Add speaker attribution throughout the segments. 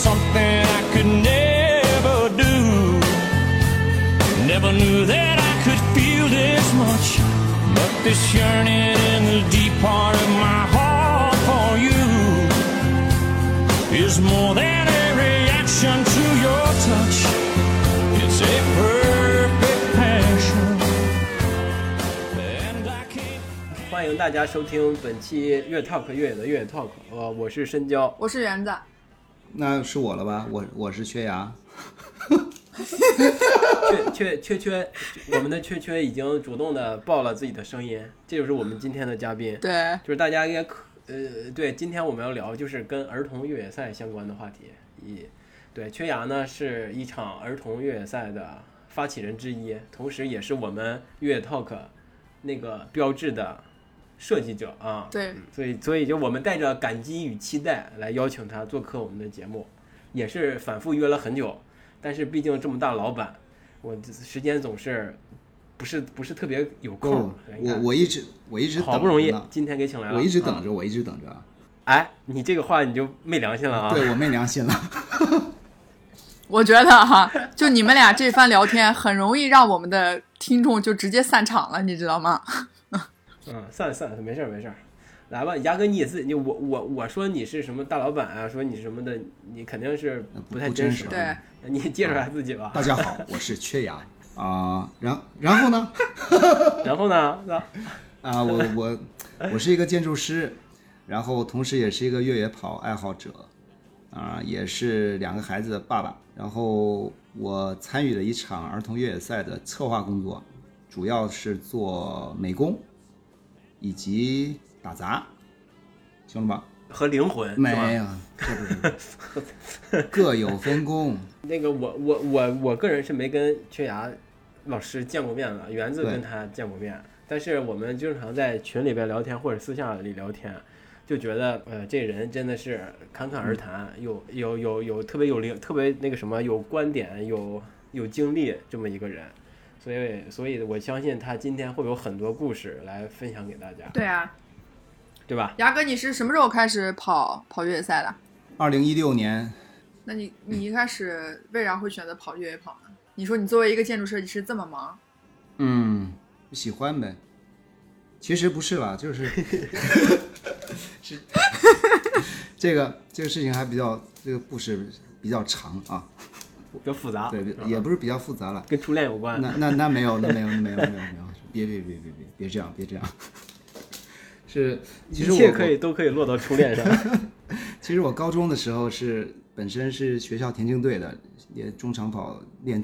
Speaker 1: something I could never do. Never knew that I could feel this much, but this yearning in the deep part of my heart for you is more than a reaction to your touch. It's a perfect passion, and I can't.
Speaker 2: 欢迎大家收听本期越 Talk 越野的越野 Talk， 我是深交，
Speaker 3: 我是园子。
Speaker 4: 那是我了吧？我是缺牙。
Speaker 2: 缺，我们的缺已经主动的报了自己的声音，这就是我们今天的嘉宾。
Speaker 3: 对，
Speaker 2: 就是大家应该对，今天我们要聊就是跟儿童越野赛相关的话题。对，缺牙呢是一场儿童越野赛的发起人之一，同时也是我们越野 Talk 那个标志的设计者啊。
Speaker 3: 对，
Speaker 2: 所以就我们带着感激与期待来邀请他做客我们的节目，也是反复约了很久，但是毕竟这么大老板，我时间总是不是特别有空。
Speaker 4: 我一直等着，
Speaker 2: 好不容易今天给请来了，
Speaker 4: 我一直等着。
Speaker 2: 哎，你这个话你就没良心了啊！
Speaker 4: 对，我没良心了。
Speaker 3: 我觉得哈，就你们俩这番聊天，很容易让我们的听众就直接散场了，你知道吗？
Speaker 2: 散，没事。来吧，牙哥你也自己，我说你是什么大老板啊，说你什么的，你肯定是不太真实。
Speaker 3: 对，
Speaker 2: 你介绍下自己吧。
Speaker 4: 大家好，我是缺牙啊。然后呢？
Speaker 2: 然后呢？
Speaker 4: 啊，我是一个建筑师，然后同时也是一个越野跑爱好者，啊，也是2个孩子的爸爸。然后我参与了一场儿童越野赛的策划工作，主要是做美工以及打杂，行了吧？
Speaker 2: 和灵魂
Speaker 4: 没有，这不是各有分工。
Speaker 2: 那个我个人是没跟缺牙老师见过面的，园子跟他见过面，但是我们经常在群里边聊天或者私下里聊天，就觉得这人真的是侃侃而谈，有特别那个什么有观点有经历这么一个人，所以我相信他今天会有很多故事来分享给大家。
Speaker 3: 对啊，
Speaker 2: 对吧？
Speaker 3: 牙哥，你是什么时候开始跑越野赛的
Speaker 4: ？2016年。
Speaker 3: 那你一开始为啥会选择跑越野跑呢？你说你作为一个建筑设计师这么忙。
Speaker 4: 喜欢呗。其实不是啦，就是是这个事情还比较，这个故事比较长啊，
Speaker 2: 比较复杂。
Speaker 4: 对，也不是比较复杂了，
Speaker 2: 跟初恋有关。
Speaker 4: 那没有，别这样。是，其实
Speaker 2: 一切都可以落到初恋上。
Speaker 4: 其实我高中的时候本身是学校田径队的，也练中长跑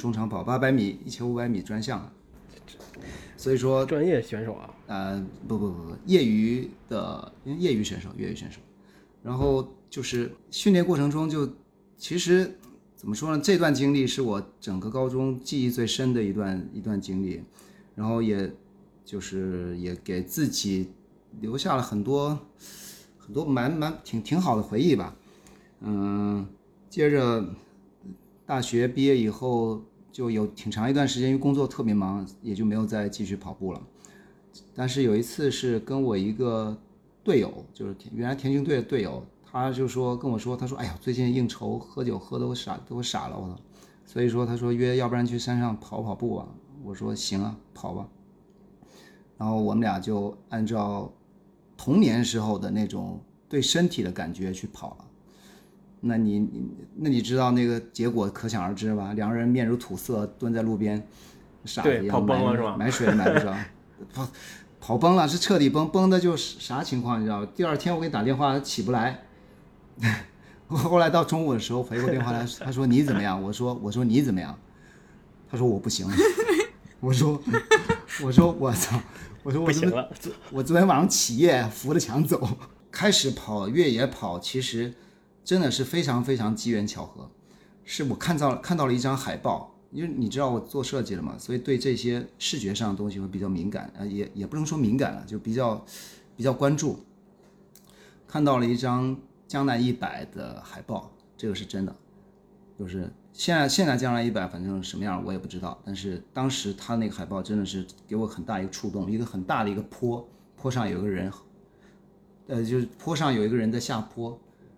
Speaker 4: 800米、1500米专项，所以说
Speaker 2: 专业选手啊。
Speaker 4: 不，业余选手。然后就是训练过程中其实怎么说呢？这段经历是我整个高中记忆最深的一段经历，然后也给自己留下了很多挺好的回忆吧。接着大学毕业以后，就有挺长一段时间因为工作特别忙，也就没有再继续跑步了。但是有一次是跟我一个队友，就是原来田径队的队友，他就跟我说，他说：“哎呀，最近应酬喝酒喝得我傻了，我操！”所以说他说约，要不然去山上跑步啊。我说行啊，跑吧。然后我们俩就按照童年时候的那种对身体的感觉去跑了。那你知道那个结果可想而知吧？2人面如土色，蹲在路边，傻子一样，
Speaker 2: 跑崩了是吧？
Speaker 4: 买水买不着，跑崩了，是彻底崩的，就是啥情况你知道？第2天我给你打电话，他起不来。后来到中午的时候回过电话来，他说你怎么样？我说你怎么样？他说我不行了。我说我操！我说
Speaker 2: 不行了，
Speaker 4: 我昨天晚上起夜扶着墙走。开始跑越野跑，其实真的是非常非常机缘巧合，是我看到了一张海报，因为你知道我做设计了嘛，所以对这些视觉上的东西会比较敏感，也不能说敏感了，就比较关注。看到了一张江南100的海报，这个是真的，就是现在江南100反正什么样我也不知道，但是当时他那个海报真的是给我很大一个触动，一个很大的一个坡上有一个人，就是坡上有一个人在下坡，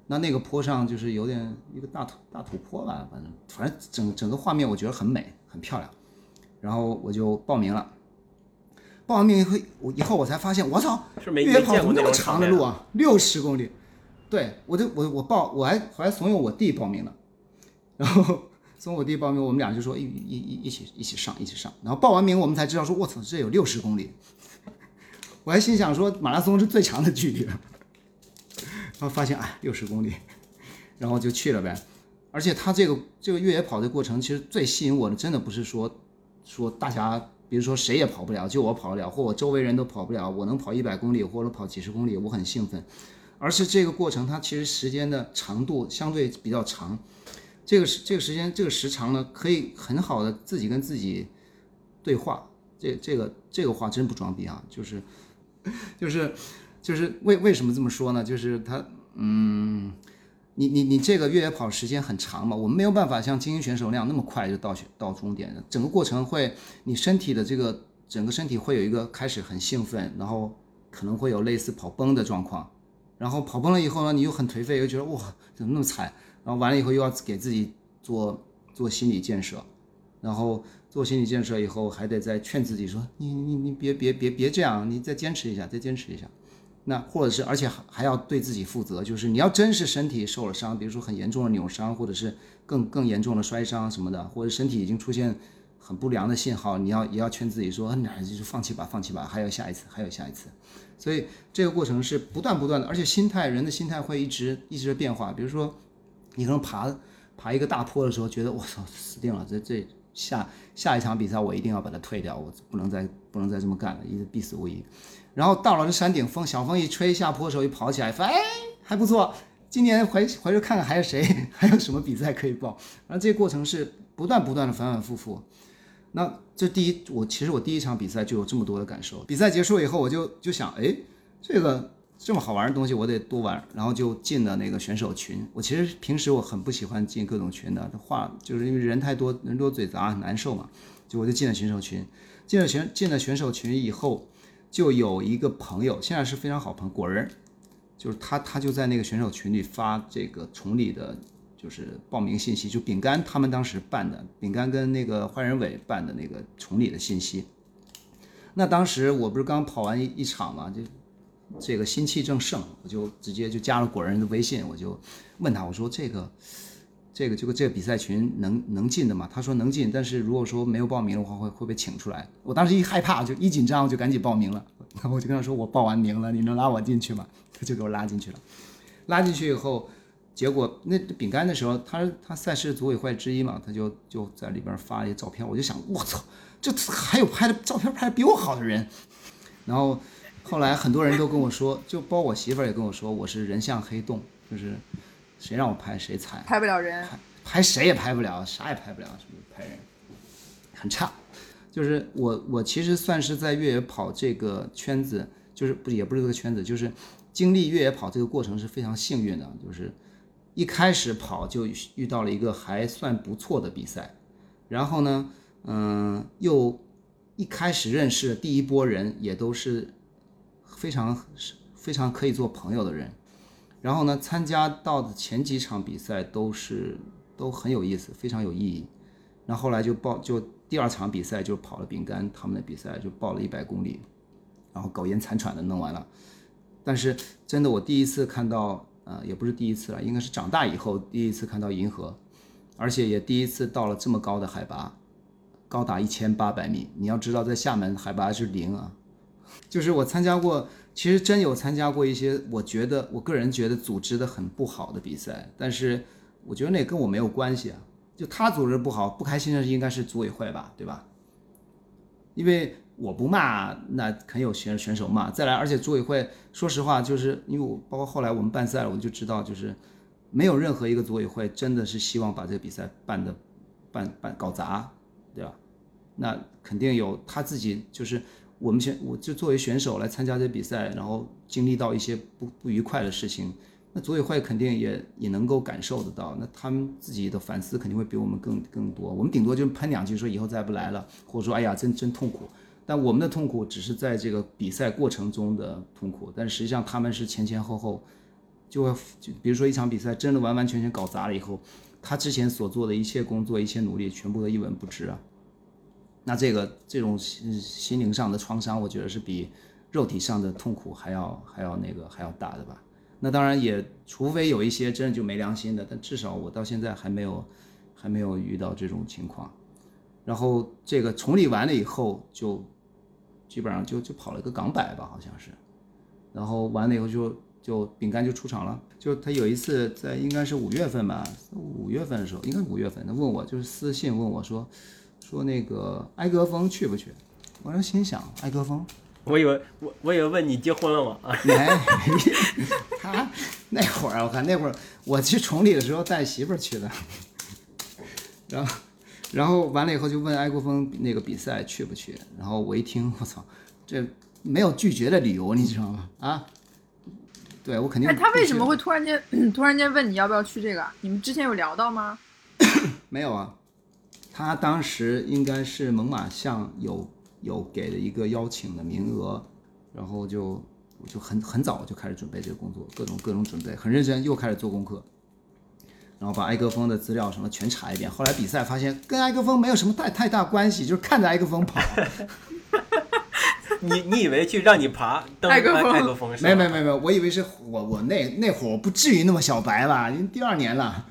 Speaker 4: 那个坡上就是有点一个大土坡吧，反正整个画面我觉得很美很漂亮，然后我就报名了。报完名以后我才发现，我操，越野跑怎么那么长的路啊，60公里。对，我还怂恿我弟报名了，然后怂恿我弟报名，我们俩就说一起上。然后报完名我们才知道说，我操，这有60公里。我还心想说马拉松是最长的距离了，然后发现60公里，然后就去了呗。而且他这个越野跑的过程，其实最吸引我的，真的不是说大家，比如说谁也跑不了，就我跑得了，或我周围人都跑不了，我能跑100公里或者跑几十公里，我很兴奋。而是这个过程，它其实时间的长度相对比较长，这个时长呢，可以很好的自己跟自己对话。这个话真不装逼啊，就是为什么这么说呢？就是它，你这个越野跑时间很长嘛，我们没有办法像精英选手那样那么快就到终点的。整个过程你身体的整个身体会有一个开始很兴奋，然后可能会有类似跑崩的状况，然后跑崩了以后呢，你又很颓废，又觉得哇怎么那么惨，然后完了以后又要给自己做心理建设，然后做心理建设以后还得再劝自己说你别这样，你再坚持一下。那或者是而且还要对自己负责，就是你要真是身体受了伤，比如说很严重的扭伤，或者是更严重的摔伤什么的，或者身体已经出现很不良的信号，也要劝自己说那就放弃吧，还有下一次。所以这个过程是不断的，而且人的心态会一直的变化。比如说你可能爬一个大坡的时候觉得我操死定了，这下一场比赛我一定要把它退掉，我不能再这么干了，一直必死无疑。然后到了这山顶小风一吹，下坡的时候一跑起来，发现还不错，今年回头看看还有谁，还有什么比赛可以报。然后这个过程是不断的反复。那这其实我第一场比赛就有这么多的感受。比赛结束以后，我就想，这个这么好玩的东西我得多玩，然后就进了那个选手群。我其实平时我很不喜欢进各种群的，就是因为人太多，人多嘴杂很难受嘛。我就进了选手群，进了选手群以后，就有一个朋友，现在是非常好朋友，果仁，就是他就在那个选手群里发这个崇礼的，就是报名信息，就饼干他们当时办的，饼干跟那个坏人伟办的那个崇礼的信息。那当时我不是刚跑完一场嘛，就这个心气正盛，我就直接就加了果仁的微信，我就问他，我说这个比赛群能进的吗？他说能进，但是如果说没有报名的话，会被请出来。我当时一害怕，就一紧张，我就赶紧报名了。然后我就跟他说，我报完名了，你能拉我进去吗？他就给我拉进去了。拉进去以后，结果那饼干的时候，他赛事组委会之一嘛，他就在里边发一些照片，我就想，我操，这还有照片拍的比我好的人。然后后来很多人都跟我说，就包括我媳妇儿也跟我说，我是人像黑洞，就是谁让我拍谁踩，
Speaker 3: 拍不了人，
Speaker 4: 拍谁也拍不了，啥也拍不了，是不是拍人很差。就是我其实算是在越野跑这个圈子，就是也不是这个圈子，就是经历越野跑这个过程是非常幸运的，就是一开始跑就遇到了一个还算不错的比赛，然后呢又一开始认识的第一波人也都是非常可以做朋友的人，然后呢参加到的前几场比赛都很有意思，非常有意义。然后后来就第二场比赛就跑了饼干他们的比赛，就报了100公里，然后苟延残喘的弄完了。但是真的我第一次看到也不是第一次了，应该是长大以后第一次看到银河，而且也第一次到了这么高的海拔，高达1800米。你要知道在厦门海拔是0啊。就是我参加过，其实真有参加过一些我个人觉得组织的很不好的比赛，但是我觉得那跟我没有关系啊。就他组织不好，不开心的应该是组委会吧，对吧？因为我不骂，那肯有选手骂。再来，而且组委会说实话，就是因为包括后来我们办赛了，我就知道，就是没有任何一个组委会真的是希望把这个比赛搞砸，对吧？那肯定有他自己，就是我就作为选手来参加这比赛，然后经历到一些不愉快的事情。那组委会肯定也能够感受得到，那他们自己的反思肯定会比我们更多。我们顶多就喷2句说以后再不来了，或者说哎呀真痛苦。但我们的痛苦只是在这个比赛过程中的痛苦，但实际上他们是前后比如说一场比赛真的完完全全搞砸了以后，他之前所做的一切工作、一切努力，全部都一文不值啊。那这种心灵上的创伤，我觉得是比肉体上的痛苦还要大的吧。那当然也，除非有一些真的就没良心的，但至少我到现在还没有遇到这种情况。然后这个重理完了以后，就基本上就跑了一个港百吧，好像是。然后完了以后就饼干就出场了。就他有一次在应该是5月份吧，5月份的时候，应该5月份，他问我就是私信问我说那个埃格峰去不去？我就心想埃格峰。
Speaker 2: 我以为问你结婚了吗？
Speaker 4: 没，他那会儿我看那会儿我去崇礼的时候带媳妇儿去的，然后完了以后就问埃国峰那个比赛去不去，然后我一听我操，这没有拒绝的理由，你知道吗？啊，对我肯定。
Speaker 3: 他为什么会突然间问你要不要去这个？你们之前有聊到吗？
Speaker 4: 没有啊，他当时应该是猛犸象有给的一个邀请的名额，然后我就很早就开始准备这个工作，各种准备，很认真，又开始做功课，然后把埃格峰的资料什么全查一遍。后来比赛发现跟埃格峰没有什么太大关系，就是看着埃格峰跑。
Speaker 2: 你以为去让你爬登埃格峰是
Speaker 4: 吗？没有，我以为是我那会儿我不至于那么小白吧，已经第2年了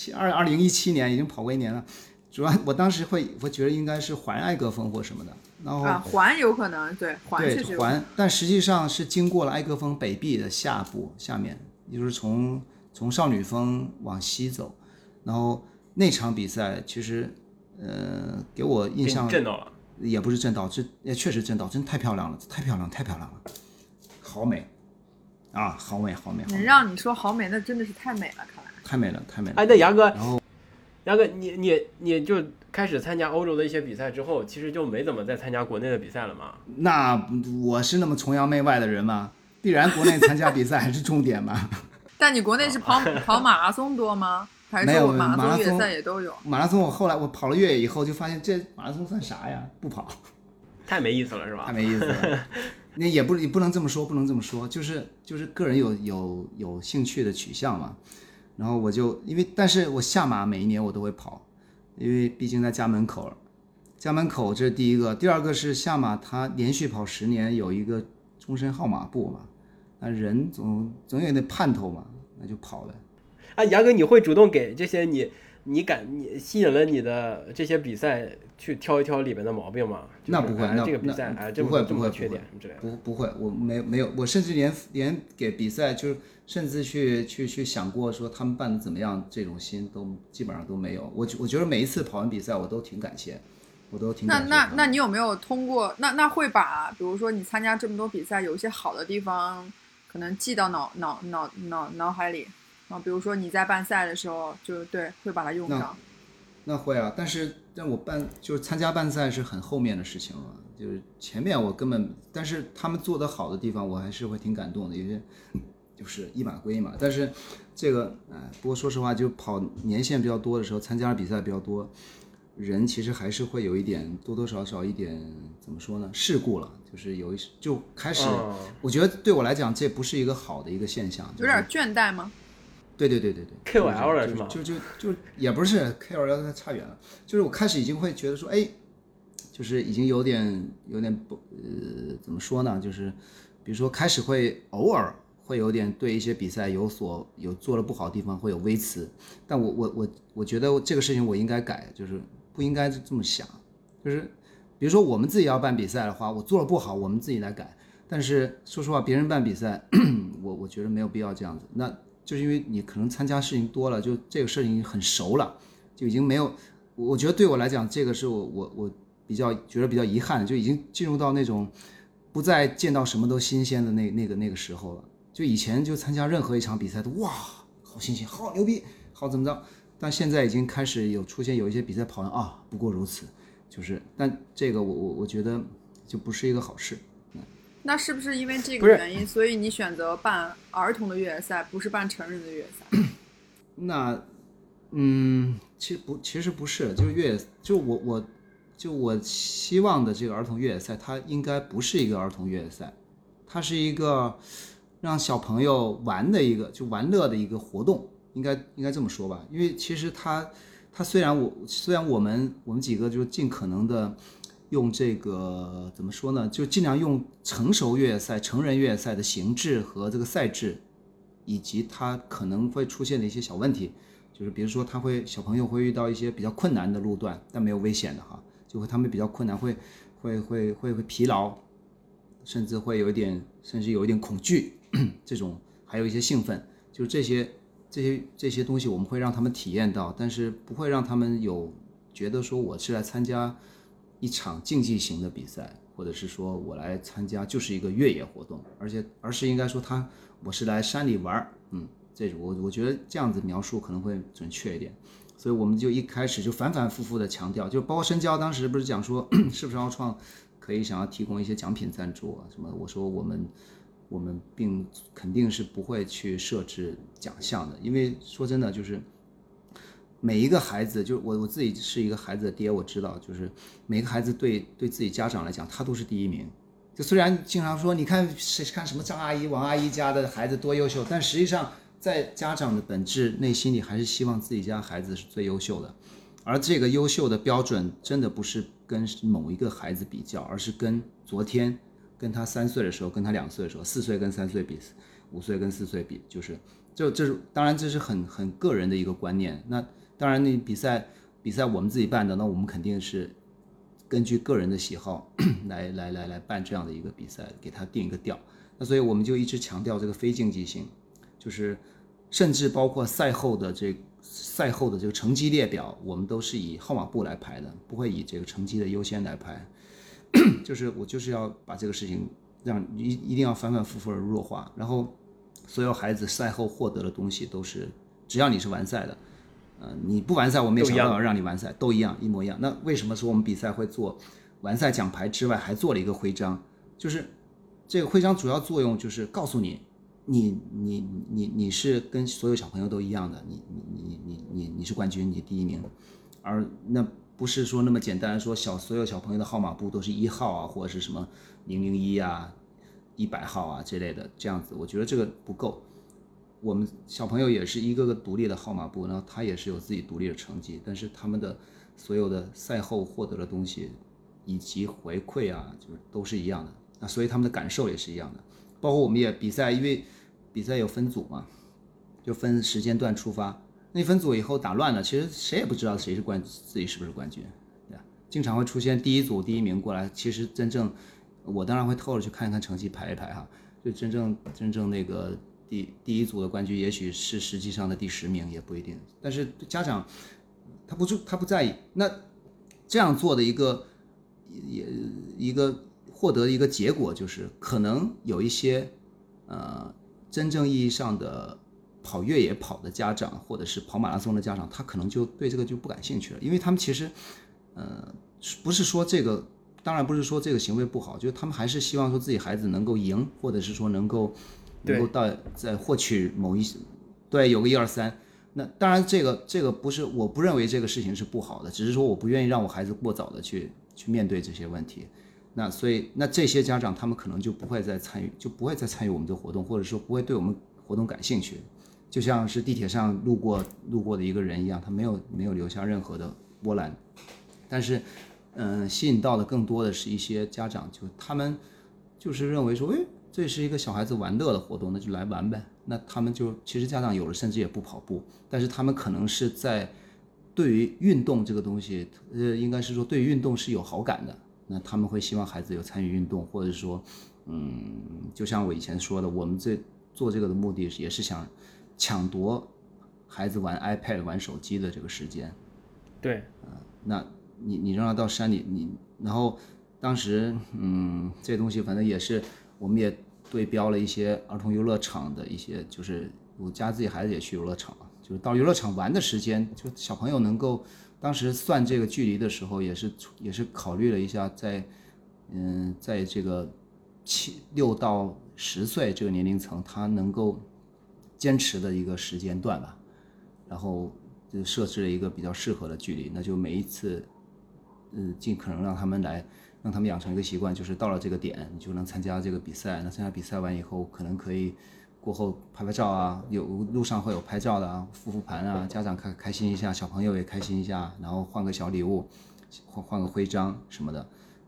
Speaker 4: ，2017年已经跑过1年了。主要我当时我觉得应该是环埃格峰或什么的，然后
Speaker 3: 环有可能，对，环确实有
Speaker 4: 环，但实际上是经过了埃格峰北壁的下面，也就是从少女峰往西走，然后那场比赛其实给我印象
Speaker 2: 震到了，
Speaker 4: 也不是震到，也确实震到，真太漂亮了，太漂亮了，好美啊，好美。
Speaker 3: 能让你说好美，那真的是太美了，看来
Speaker 4: 太美了。
Speaker 2: 哎，那牙哥，
Speaker 4: 然后。
Speaker 2: 牙哥，你就开始参加欧洲的一些比赛之后，其实就没怎么再参加国内的比赛了吗？
Speaker 4: 那我是那么崇洋媚外的人吗？必然国内参加比赛还是重点嘛。
Speaker 3: 但你国内是跑马拉松多吗？还是说马拉松越野赛也都有？
Speaker 4: 马拉松我后来我跑了越野以后就发现这马拉松算啥呀？不跑，太没意思了是吧？太没意思了。那也不能这么说，就是个人有兴趣的取向嘛。然后但是我下马每一年我都会跑，因为毕竟在家门口，这是第一个。第二个是下马，他连续跑10年有一个终身号码布嘛，那人总有点盼头嘛，那就跑呗。
Speaker 2: 啊，牙哥，你会主动给这些你吸引了你的这些比赛去挑一挑里面的毛病吗？
Speaker 4: 那不会，
Speaker 2: 这个比赛这么缺点什么之类的。
Speaker 4: 不会，我没有，我甚至连给比赛就是甚至去想过说他们办的怎么样，这种心都基本上都没有。我觉得每一次跑完比赛我都挺感谢。
Speaker 3: 那你有没有通过那会把比如说你参加这么多比赛有一些好的地方可能记到脑海里啊？比如说你在办赛的时候就对会把它用上。
Speaker 4: 那会啊，但我就是参加办赛是很后面的事情了，就是前面我根本，但是他们做得好的地方我还是会挺感动的，有些就是一码归一码。但是这个不过说实话，就跑年限比较多的时候，参加的比赛比较多，人其实还是会有一点多多少少一点怎么说呢，世故了，就是就开始，我觉得对我来讲这不是一个好的一个现象，
Speaker 3: 有点倦怠吗？
Speaker 4: 对
Speaker 2: KOL 了是吗？
Speaker 4: 就也不是 KOL， 它差远了。就是我开始已经会觉得说，哎，就是已经有点怎么说呢？就是比如说开始会偶尔会有点对一些比赛有做了不好的地方会有微词，但我觉得这个事情我应该改，就是不应该这么想。就是比如说我们自己要办比赛的话，我做了不好，我们自己来改。但是说实话，别人办比赛，我觉得没有必要这样子。那就是因为你可能参加事情多了，就这个事情很熟了，就已经没有。我觉得对我来讲，这个是我觉得比较遗憾的，就已经进入到那种不再见到什么都新鲜的那个时候了。就以前就参加任何一场比赛都哇，好新鲜，好牛逼，好怎么着？但现在已经开始出现有一些比赛跑完啊，不过如此，但这个我觉得就不是一个好事。
Speaker 3: 那是不是因为这个原因，所以你选择办儿童的越野赛，不是办成人的越野赛？
Speaker 4: 那，其实不是，就是越野，我希望的这个儿童越野赛，它应该不是一个儿童越野赛，它是一个， 让小朋友玩的一个就玩乐的一个活动，应该这么说吧。因为其实他虽然我们几个就尽可能的用这个怎么说呢，就尽量用成熟越野赛、成人越野赛的形制和这个赛制，以及它可能会出现的一些小问题，就是比如说小朋友会遇到一些比较困难的路段，但没有危险的哈，他们比较困难，会疲劳，甚至有一点恐惧这种，还有一些兴奋，就这些东西我们会让他们体验到，但是不会让他们有觉得说我是来参加一场竞技型的比赛，或者是说我来参加就是一个越野活动，而是应该说我是来山里玩，我觉得这样子描述可能会准确一点。所以我们就一开始就反反复复的强调，就包括深交当时不是讲说是不是奥创可以想要提供一些奖品赞助啊什么，我说我们肯定是不会去设置奖项的，因为说真的就是每一个孩子，就我自己是一个孩子的爹，我知道就是每个孩子对自己家长来讲他都是第一名。就虽然经常说你看什么张阿姨王阿姨家的孩子多优秀，但实际上在家长的本质内心里还是希望自己家孩子是最优秀的，而这个优秀的标准真的不是跟某一个孩子比较，而是跟昨天跟他3岁的时候跟他2岁的时候，4岁跟3岁比，5岁跟4岁比，这当然这是很个人的一个观念。那当然那比赛我们自己办的，那我们肯定是根据个人的喜好来办这样的一个比赛，给他定一个调。那所以我们就一直强调这个非竞技性，就是甚至包括赛后的这个成绩列表，我们都是以号码布来排的，不会以这个成绩的优先来排。我就是要把这个事情一定要反反复复的弱化，然后所有孩子赛后获得的东西都是，只要你是完赛的，你不完赛我们也想办法让你完赛，都一样，一模一样。那为什么说我们比赛会做完赛奖牌之外还做了一个徽章？就是这个徽章主要作用就是告诉你是跟所有小朋友都一样的，你是冠军，你第一名，而那不是说那么简单说所有小朋友的号码布都是1号啊，或者是什么001啊、100号啊这类的，这样子我觉得这个不够。我们小朋友也是一个个独立的号码布，然后他也是有自己独立的成绩，但是他们的所有的赛后获得的东西以及回馈啊，就是都是一样的，那所以他们的感受也是一样的。包括我们也比赛，因为比赛有分组嘛，就分时间段出发，那分组以后打乱了，其实谁也不知道谁是自己是不是冠军，对吧？经常会出现第一组第一名过来，其实真正我当然会透着去看一看成绩排一排哈，就真正那个第一组的冠军也许是实际上的第10名也不一定，但是家长他不在意。那这样做的一个获得的一个结果就是可能有一些真正意义上的跑越野跑的家长或者是跑马拉松的家长，他可能就对这个就不感兴趣了，因为他们其实不是说这个，当然不是说这个行为不好，就是他们还是希望说自己孩子能够赢，或者是说能够在获取某一对有个1、2、3。那当然这个不是，我不认为这个事情是不好的，只是说我不愿意让我孩子过早的去面对这些问题。那所以这些家长他们可能就不会再参与我们的活动，或者说不会对我们活动感兴趣，就像是地铁上路过的一个人一样，他没有留下任何的波澜。但是吸引到的更多的是一些家长，就他们就是认为说，这是一个小孩子玩乐的活动，那就来玩呗。那他们就其实家长有的甚至也不跑步，但是他们可能是在对于运动这个东西，应该是说对于运动是有好感的。那他们会希望孩子有参与运动，或者说，就像我以前说的，我们做这个的目的也是想抢夺孩子玩 iPad 玩手机的这个时间。
Speaker 2: 对，
Speaker 4: 那你让他到山里，然后当时这东西反正也是我们也对标了一些儿童游乐场的一些，就是我家自己孩子也去游乐场，就是到游乐场玩的时间，就小朋友能够当时算这个距离的时候也是考虑了一下，在这个6到10岁这个年龄层他能够坚持的一个时间段吧，然后就设置了一个比较适合的距离，那就每一次尽可能让他们来让他们养成一个习惯，就是到了这个点你就能参加这个比赛。那参加比赛完以后，可能可以过后拍拍照啊，有路上会有拍照的啊，复盘啊，家长开心一下，小朋友也开心一下，然后换个小礼物，换个徽章什么的，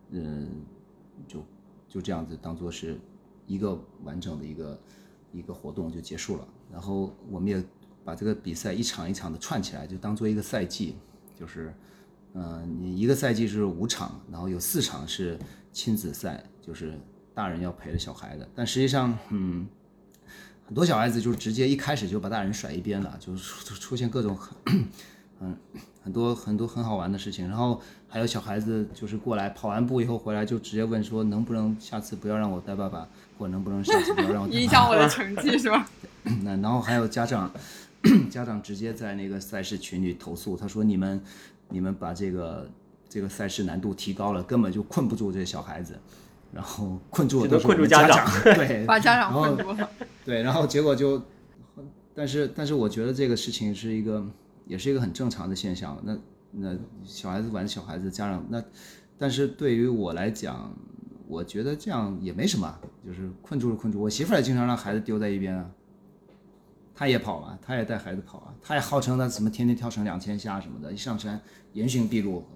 Speaker 4: 就这样子当做是一个完整的一个活动就结束了。然后我们也把这个比赛一场一场的串起来，就当做一个赛季，就是你一个赛季是5场，然后有4场是亲子赛，就是大人要陪着小孩的。但实际上很多小孩子就直接一开始就把大人甩一边了，就出现各种很多很好玩的事情。然后还有小孩子就是过来跑完步以后回来就直接问说能不能下次不要让我带爸爸，或者能不能下次不要让我带妈妈
Speaker 3: 影响我的成绩是吧？
Speaker 4: 然后还有家长直接在那个赛事群里投诉，他说你们把这个赛事难度提高了，根本就困不住这些小孩子，然后困住了都是我们家长，对，
Speaker 3: 把家长困住了。
Speaker 4: 对，然后结果就，但是我觉得这个事情也是一个很正常的现象。那小孩子玩小孩子，家长但是对于我来讲，我觉得这样也没什么，就是困住。我媳妇儿也经常让孩子丢在一边啊，她也跑啊，她也带孩子跑啊，她也号称她什么天天跳绳2000下什么的，一上山严刑逼路。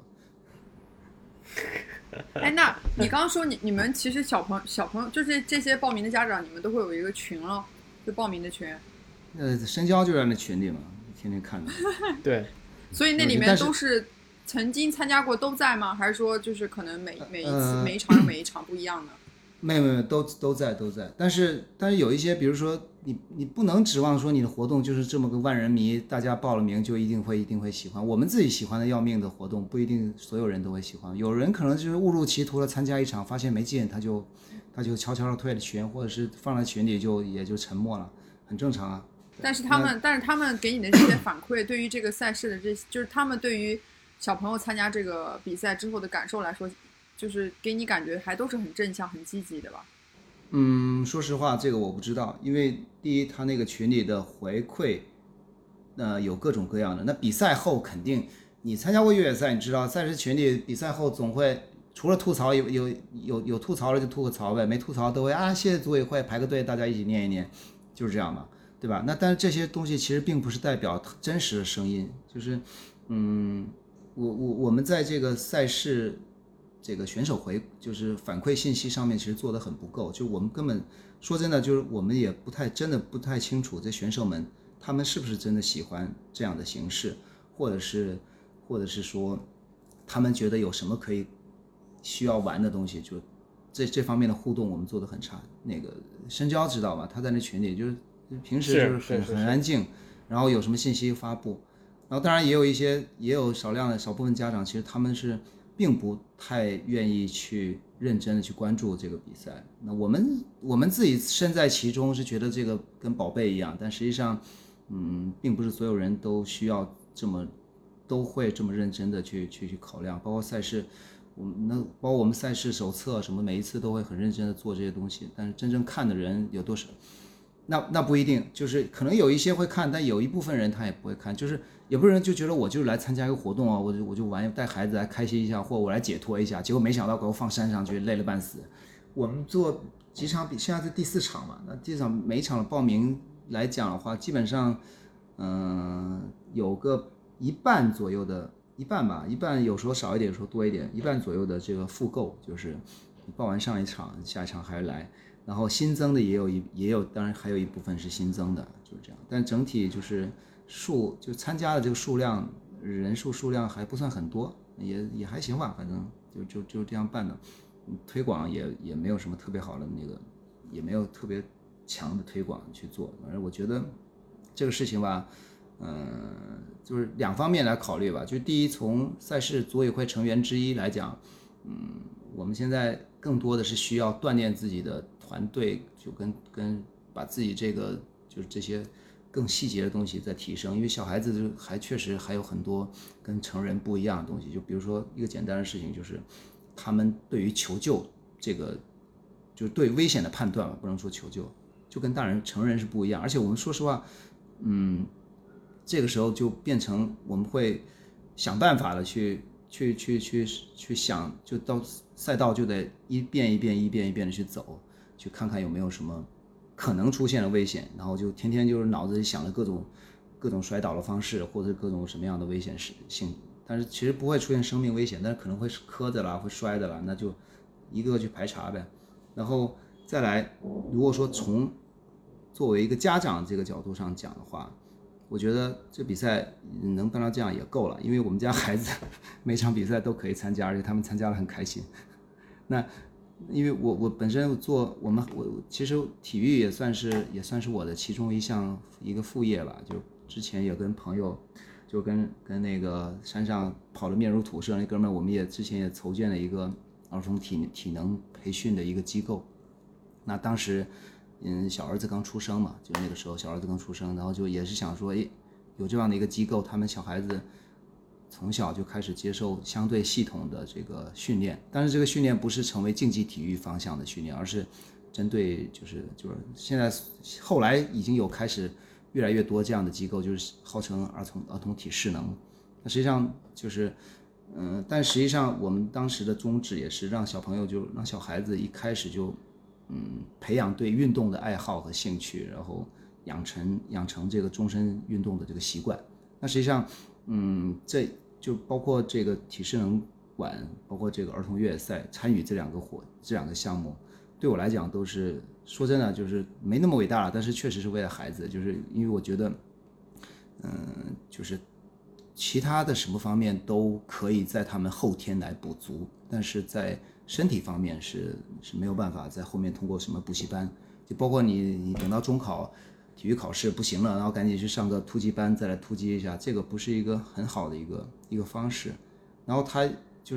Speaker 3: 哎，那你刚刚说你们其实小朋友就是这些报名的家长，你们都会有一个群了，就报名的群。
Speaker 4: 深交就在那群里嘛，天天看着。
Speaker 2: 对，
Speaker 3: 所以那里面都是曾经参加过都在吗？还是说就是可能每一次每一场有每一场不一样的？
Speaker 4: 没有都在，但是有一些，比如说你不能指望说你的活动就是这么个万人迷，大家报了名就一定会喜欢。我们自己喜欢的要命的活动，不一定所有人都会喜欢。有人可能就是误入歧途了，参加一场发现没劲，他就悄悄的退了群，或者是放在群里也就沉默了，很正常啊。
Speaker 3: 但是他们给你的这些反馈，对于这个赛事的就是他们对于小朋友参加这个比赛之后的感受来说，就是给你感觉还都是很正向、很积极的吧？
Speaker 4: 说实话，这个我不知道，因为第一，他那个群里的回馈，有各种各样的。那比赛后肯定，你参加过越野赛，你知道赛事群里比赛后总会除了吐槽，有吐槽了就吐个槽呗，没吐槽都会谢谢组委会，排个队，大家一起念一念，就是这样嘛，对吧？那但是这些东西其实并不是代表真实的声音，就是我们在这个赛事这个选手就是反馈信息上面其实做得很不够，就我们根本说真的，就是我们也不太清楚这选手们他们是不是真的喜欢这样的形式，或者是说他们觉得有什么可以需要玩的东西，就这方面的互动我们做得很差。那个深交知道吧，他在那群里就是平时就是很安静，然后有什么信息发布，然后当然也有少部分家长，其实他们是并不太愿意去认真的去关注这个比赛。那我们自己身在其中是觉得这个跟宝贝一样，但实际上并不是所有人都需要都会这么认真的去考量，包括赛事，包括我们赛事手册什么，每一次都会很认真的做这些东西，但是真正看的人有多少？那不一定，就是可能有一些会看，但有一部分人他也不会看，就是有部分人就觉得我就来参加一个活动啊，我就玩，带孩子来开心一下，或我来解脱一下，结果没想到给我放山上去，累了半死。我们做几场比，现在是第4场嘛，那第4场每一场的报名来讲的话，基本上有个一半左右的，一半有时候少一点，有时候多一点，一半左右的这个复购，就是你报完上一场，下一场还来。然后新增的也有，当然还有一部分是新增的，就是这样。但整体就是就参加的这个人数量还不算很多，也还行吧，反正就这样办的。推广也没有什么特别好的那个，也没有特别强的推广去做。反正我觉得这个事情吧，就是2方面来考虑吧。就第一，从赛事组委会成员之一来讲，我们现在更多的是需要锻炼自己的团队，就跟把自己这个就是这些更细节的东西在提升，因为小孩子确实还有很多跟成人不一样的东西。就比如说一个简单的事情，就是他们对于求救这个，就是对危险的判断吧，不能说求救，就跟成人是不一样。而且我们说实话，这个时候就变成我们会想办法的去去想，就到赛道就得一遍一遍的去走，去看看有没有什么可能出现的危险，然后就天天就是脑子里想着各种摔倒的方式，或者各种什么样的危险性，但是其实不会出现生命危险，但是可能会磕的啦，会摔的啦，那就一个个去排查呗。然后再来，如果说从作为一个家长这个角度上讲的话，我觉得这比赛能办到这样也够了，因为我们家孩子每场比赛都可以参加，而且他们参加得很开心。那因为我本身我其实体育也算是我的其中一个副业吧，就之前也跟朋友就跟那个山上跑得面如土色那哥们儿，我们也之前也筹建了一个儿童体能培训的一个机构。那当时小儿子刚出生嘛，就那个时候小儿子刚出生，然后就也是想说，有这样的一个机构，他们小孩子从小就开始接受相对系统的这个训练，但是这个训练不是成为竞技体育方向的训练，而是针对就是现在后来已经有开始越来越多这样的机构，就是号称儿童体适能。那实际上就是但实际上我们当时的宗旨也是让小孩子一开始就培养对运动的爱好和兴趣，然后养成这个终身运动的这个习惯。那实际上这就包括这个体适能馆，包括这个儿童越野赛，参与这两个项目，对我来讲都是说真的就是没那么伟大了，但是确实是为了孩子，就是因为我觉得就是其他的什么方面都可以在他们后天来补足，但是在身体方面是没有办法在后面通过什么补习班，就包括你等到中考体育考试不行了，然后赶紧去上个突击班再来突击一下，这个不是一个很好的一个方式。然后他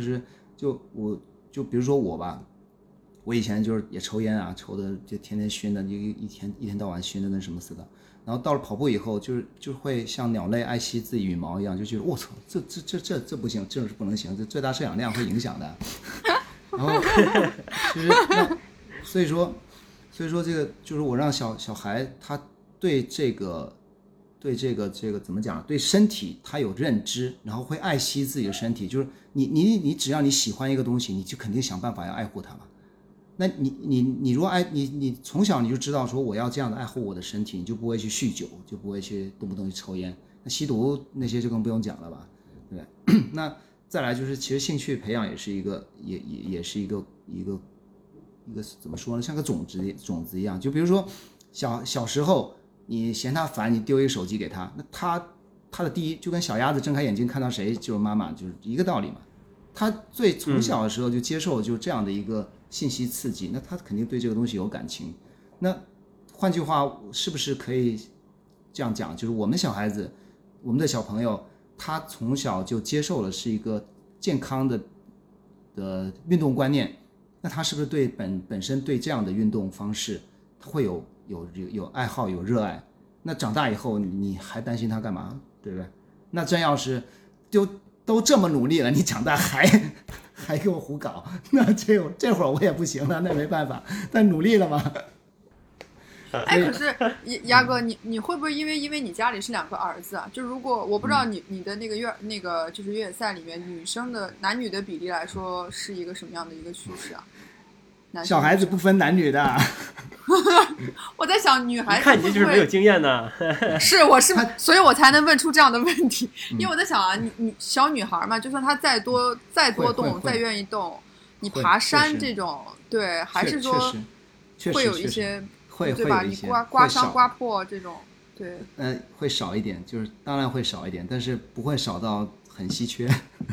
Speaker 4: 就比如说我吧，我以前就是也抽烟啊，抽的就天天熏的，一天到晚熏的跟什么似的。然后到了跑步以后，就会像鸟类爱惜自己羽毛一样，就觉得我操，这不行，这是不能行，这最大摄氧量会影响的。然后就是所以说这个就是我让小孩他对这个怎么讲，对身体他有认知，然后会爱惜自己的身体，就是你只要你喜欢一个东西，你就肯定想办法要爱护它嘛。那你如果你从小你就知道说我要这样的爱护我的身体，你就不会去酗酒，就不会去动不动去抽烟，那吸毒那些就更不用讲了吧，对不对？那再来就是其实兴趣培养也是一个也是一个怎么说呢，像个种子一样，就比如说小时候你嫌他烦，你丢一个手机给他，那他的第一就跟小鸭子睁开眼睛看到谁就是妈妈，就是一个道理嘛。他从小的时候就接受就这样的一个信息刺激，那他肯定对这个东西有感情。那换句话是不是可以这样讲，就是我们小孩子，我们的小朋友，他从小就接受了是一个健康的运动观念，那他是不是对本身对这样的运动方式他会有爱好有热爱？那长大以后你还担心他干嘛，对不对？那真要是都这么努力了，你长大还给我胡搞，那这会儿我也不行了，那没办法，但努力了嘛。
Speaker 3: 哎，可是鸭哥，你会不会因为你家里是2个儿子啊？就如果我不知道你的那个就是越野赛里面男女的比例来说是一个什么样的一个趋势啊？
Speaker 4: 小孩子不分男女的。
Speaker 3: 我在想女孩子
Speaker 2: 看你就是没有经验呢。
Speaker 3: 所以我才能问出这样的问题。因为我在想啊，你小女孩嘛，就算她再多动，再愿意动，你爬山这种，对，还是说会有一些，对吧？你刮伤刮破这种，对，
Speaker 4: 会少一点，就是当然会少一点，但是不会少到很稀缺。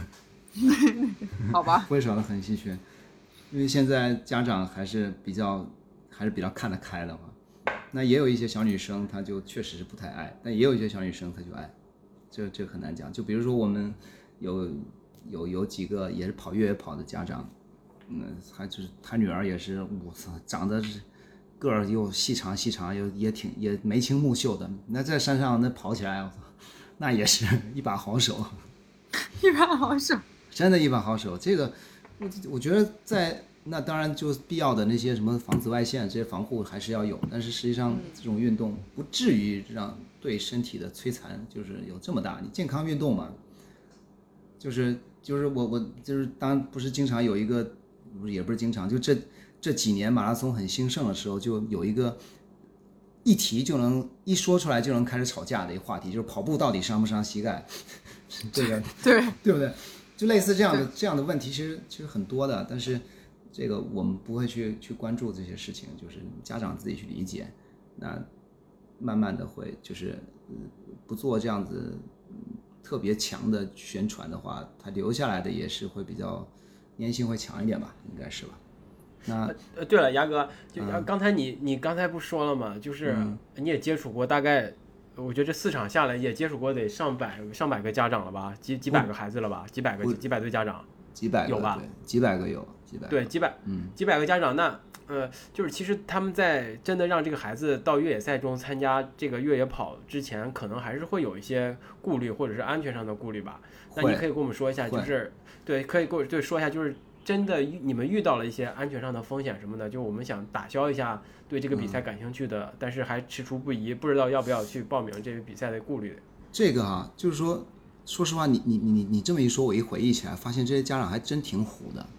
Speaker 3: 好吧，
Speaker 4: 不会少到很稀缺，因为现在家长还是比较看得开的嘛。那也有一些小女生她就确实是不太爱，但也有一些小女生她就爱，这很难讲。就比如说我们有几个也是跑越野跑的家长，他女儿也是，我操，长得是个儿又细长也眉清目秀的，那在山上那跑起来，我操，那也是一把好手。
Speaker 3: 一把好手，
Speaker 4: 真的一把好手。这个我觉得那当然就必要的那些什么防紫外线这些防护还是要有，但是实际上这种运动不至于让对身体的摧残就是有这么大。你健康运动嘛， 就是我就是当然不是经常有一个，也不是经常，就这几年马拉松很兴盛的时候，就有一个一提就能一说出来就能开始吵架的一个话题，就是跑步到底伤不伤膝盖？这个对不对？就类似这样的问题，其实很多的，但是这个我们不会去关注这些事情，就是家长自己去理解，那慢慢的会就是不做这样子特别强的宣传的话，它留下来的也是会比较粘性会强一点吧，应该是吧？那
Speaker 2: 对了，牙哥，就刚才你刚才不说了吗？就是你也接触过，大概我觉得这4场下来也接触过得上百个家长了吧，几百个孩子了吧，几百对家长，
Speaker 4: 几百个
Speaker 2: 有吧？
Speaker 4: 几百个有，对，
Speaker 2: 几百个家长，那就是其实他们在真的让这个孩子到越野赛中参加这个越野跑之前，可能还是会有一些顾虑，或者是安全上的顾虑吧。那你可以跟我们说一下，就是对，可以跟我说一下，就是真的你们遇到了一些安全上的风险什么的，就我们想打消一下对这个比赛感兴趣的，但是还踟蹰不已，不知道要不要去报名这个比赛的顾虑。
Speaker 4: 这个啊，就是说实话，你这么一说，我一回忆起来，发现这些家长还真挺虎的。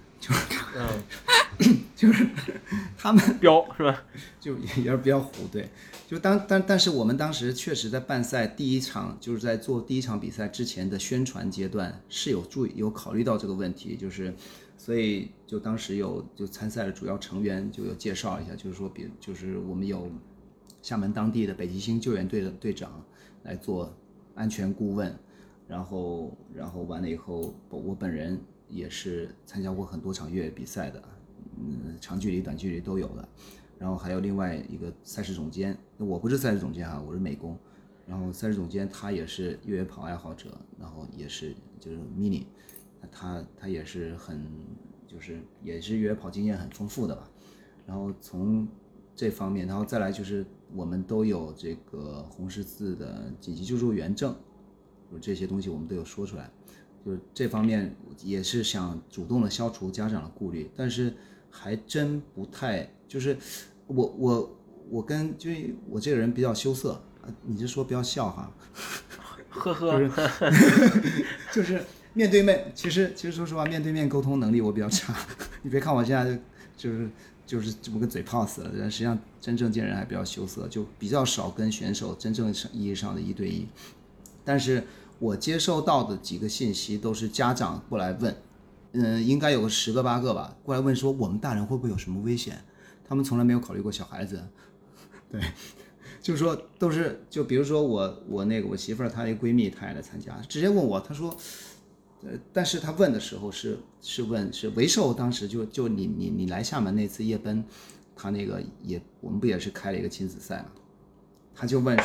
Speaker 4: 就是他们
Speaker 2: 彪是吧？
Speaker 4: 就也是比较虎，对。就但是我们当时确实在办赛第一场，就是在做第一场比赛之前的宣传阶段是有考虑到这个问题，就是所以就当时就参赛的主要成员就有介绍一下，就是说就是我们有厦门当地的北极星救援队的队长来做安全顾问，然后完了以后，我本人也是参加过很多场越野比赛的，长距离、短距离都有的。然后还有另外一个赛事总监，我不是赛事总监哈，我是美工。然后赛事总监他也是越野跑爱好者，然后也是就是 mini， 他也是也是越野跑经验很丰富的吧。然后从这方面，然后再来就是我们都有这个红十字的紧急救助员证，就这些东西我们都有说出来。就是这方面也是想主动的消除家长的顾虑，但是还真不太，就是我跟就是我这个人比较羞涩，你就说不要笑哈，
Speaker 2: 呵呵，
Speaker 4: 就是面对面，其实说实话，面对面沟通能力我比较差，你别看我现在就是这么个嘴炮死了，但实际上真正见人还比较羞涩，就比较少跟选手真正意义上的1对1，但是我接收到的几个信息都是家长过来问，应该有个10个8个吧，过来问说我们大人会不会有什么危险？他们从来没有考虑过小孩子，对，就是说都是就比如说我媳妇儿她一个闺蜜她也来参加，直接问我，她说，但是她问的时候是维寿当时就你来厦门那次夜奔，她那个我们不也是开了一个亲子赛嘛，她就问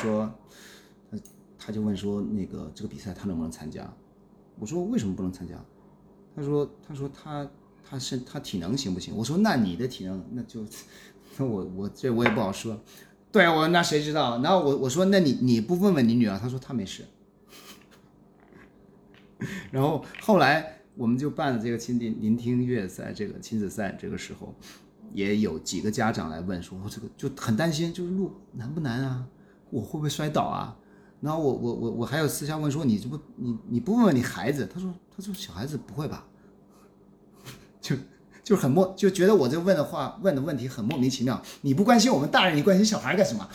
Speaker 4: 说那个这个比赛他能不能参加？我说为什么不能参加？他说他体能行不行？我说那你的体能那我这我也不好说。对，我那谁知道？然后我说那你不问问你女儿？他说他没事。然后后来我们就办了这个聆听越野赛这个亲子赛，这个时候也有几个家长来问说，我这个就很担心，就是路难不难啊？我会不会摔倒啊？然后我还有私下问说你不问问你孩子？他说小孩子不会吧？就觉得我这问的问题很莫名其妙。你不关心我们大人，你关心小孩干什么？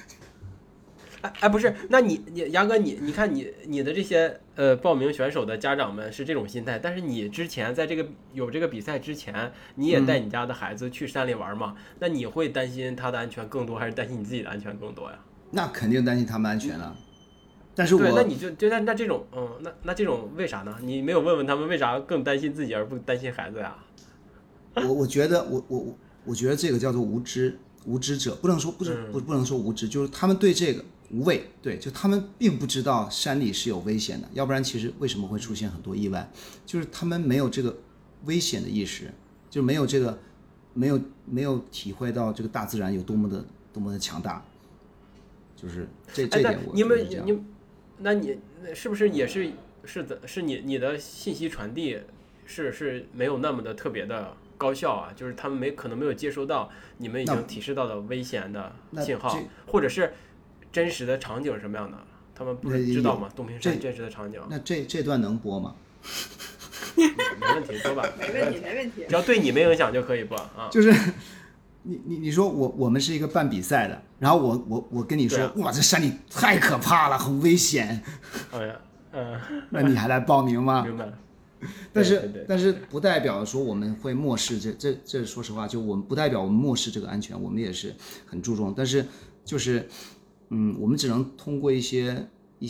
Speaker 2: 不是，那你杨哥你看你的这些报名选手的家长们是这种心态，但是你之前在有这个比赛之前，你也带你家的孩子去山里玩嘛？那你会担心他的安全更多，还是担心你自己的安全更多呀？
Speaker 4: 那肯定担心他们安全了。但是
Speaker 2: 那你就那这种那这种为啥呢？你没有问问他们为啥更担心自己而不担心孩子呀？
Speaker 4: 我觉得我觉得这个叫做无知者，不能说无知，就是他们对这个无畏，对，就他们并不知道山里是有危险的，要不然其实为什么会出现很多意外，就是他们没有这个危险的意识，就没有这个没有体会到这个大自然有多么的强大，就是这点我觉得这样。
Speaker 2: 那你是不是也是你的信息传递是没有那么的特别的高效啊？就是他们可能没有接收到你们已经提示到的危险的信号，或者是真实的场景什么样的，他们不是知道吗？东平山真实的场景。
Speaker 4: 那这段能播吗？
Speaker 2: 没问题，说吧。
Speaker 3: 没问题，没问题。
Speaker 2: 只要对你没影响就可以播啊。
Speaker 4: 就是你说我们是一个办比赛的，然后我跟你说，哇，这山里太可怕了，很危险。
Speaker 2: 哎呀，
Speaker 4: 那你还来报名吗？
Speaker 2: 明白了。
Speaker 4: 但是不代表说我们会漠视这说实话，就我们不代表我们漠视这个安全，我们也是很注重。但是就是我们只能通过一些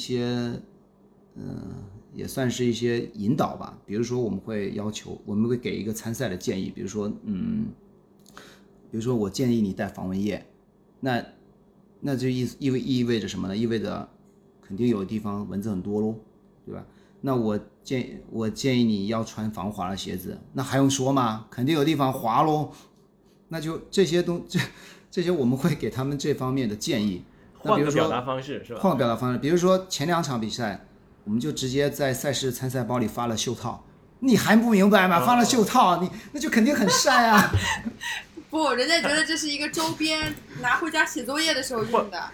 Speaker 4: 也算是一些引导吧。比如说我们会要求，我们会给一个参赛的建议，比如说我建议你带防蚊液，那就意味着什么呢？意味着肯定有地方蚊子很多喽，对吧？那我建议你要穿防滑的鞋子，那还用说吗？肯定有地方滑喽。那就这些我们会给他们这方面的建议。
Speaker 2: 换个表达方式是吧？
Speaker 4: 换个表达方式，比如说前2场比赛，我们就直接在赛事参赛包里发了袖套。你还不明白吗？发了袖套，那就肯定很晒啊。
Speaker 3: 不，人家觉得这是一个周边，拿回家写作业的时候用的。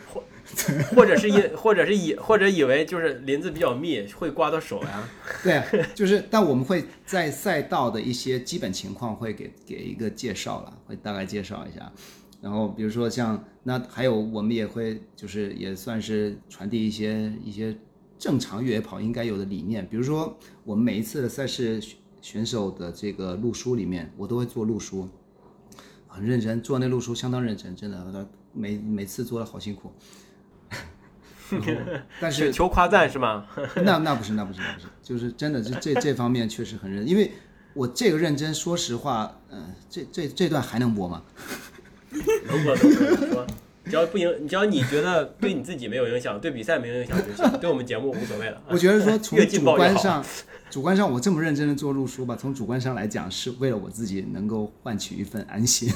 Speaker 2: 或者以为就是林子比较密，会刮到手呀。
Speaker 4: 对，但我们会在赛道的一些基本情况会给一个介绍了，会大概介绍一下。然后比如说还有我们也会就是也算是传递一些正常越野跑应该有的理念。比如说我们每一次的赛事选手的这个路书里面，我都会做路书，很认真做那路书，相当认真，真的每次做的好辛苦。但是
Speaker 2: 求夸赞是吗？
Speaker 4: 那不是，就是真的这方面确实很认真，因为我这个认真，说实话，这段还能播吗？
Speaker 2: 能播，只要你觉得对你自己没有影响，对比赛没有影响就行，对我们节目无所谓了。
Speaker 4: 我觉得说从主观上，我这么认真的做路书吧，从主观上来讲，是为了我自己能够换取一份安心。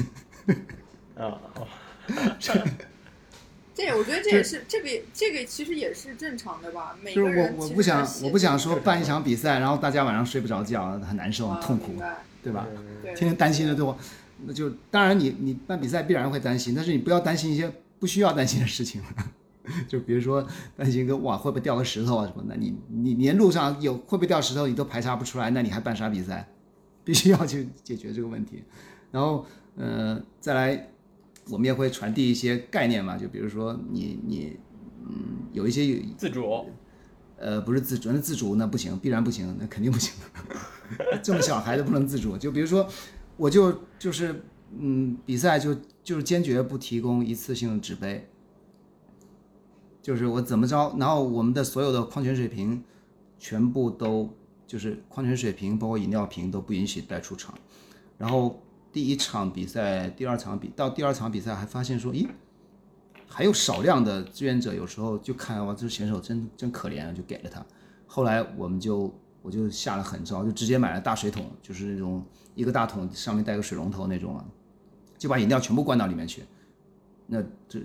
Speaker 3: 对，我觉得这也是这个其实也是正常的吧。每个人
Speaker 4: 我不想说办一场比赛，然后大家晚上睡不着觉，很难受，很痛苦，对吧？天天担心的多，那就当然你办比赛必然会担心，但是你不要担心一些不需要担心的事情。就比如说担心哇会不会掉个石头啊什么的，你连路上会不会掉石头你都排查不出来，那你还办啥比赛？必须要去解决这个问题。然后再来。我们也会传递一些概念嘛，就比如说你有一些
Speaker 2: 自主，
Speaker 4: 不是自主，那自主那不行，必然不行，那肯定不行。这么小孩子不能自主，就比如说我就是比赛就是坚决不提供一次性纸杯，就是我怎么着，然后我们的所有的矿泉水瓶全部都就是矿泉水瓶包括饮料瓶都不允许带出场，然后。第1场比赛，到第二场比赛还发现说，咦，还有少量的志愿者，有时候就看哇，这选手真可怜，就给了他。后来我就下了狠招，就直接买了大水桶，就是那种一个大桶上面带个水龙头那种啊，就把饮料全部灌到里面去。那就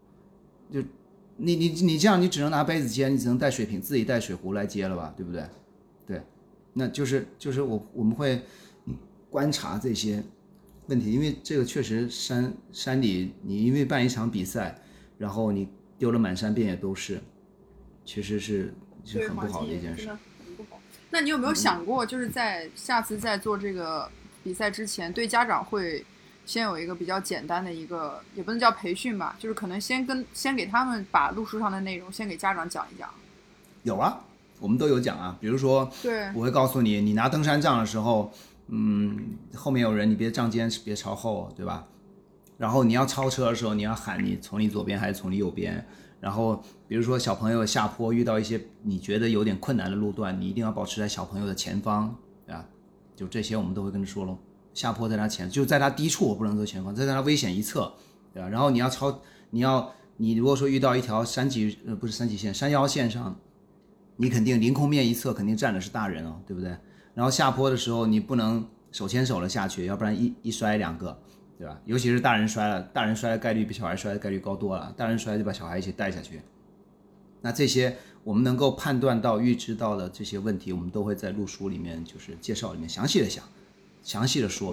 Speaker 4: 你这样，你只能拿杯子接，你只能带水瓶，自己带水壶来接了吧，对不对？对，那就是我们会观察这些。问题，因为这个确实山里，你因为办一场比赛，然后你丢了满山遍野都是，其实是很不好的一件事。
Speaker 3: 那你有没有想过，就是在下次在做这个比赛之前，对家长会先有一个比较简单的一个，也不能叫培训吧，就是可能先给他们把路书上的内容先给家长讲一讲。
Speaker 4: 有啊，我们都有讲啊，比如说，对，我会告诉你，你拿登山杖的时候。后面有人，你别仗肩，别朝后，对吧？然后你要超车的时候，你要喊你从你左边还是从你右边。然后比如说小朋友下坡遇到一些你觉得有点困难的路段，你一定要保持在小朋友的前方，对吧？就这些我们都会跟他说咯。下坡在他前，就在他低处，我不能说前方，在他危险一侧，对吧？然后你如果说遇到一条山腰线上，你肯定凌空面一侧肯定站的是大人哦，对不对？然后下坡的时候你不能手牵手了下去，要不然一摔2个，对吧？尤其是大人摔了，大人摔的概率比小孩摔的概率高多了，大人摔就把小孩一起带下去。那这些我们能够判断到预知到的这些问题，我们都会在路书里面就是介绍里面详细的说。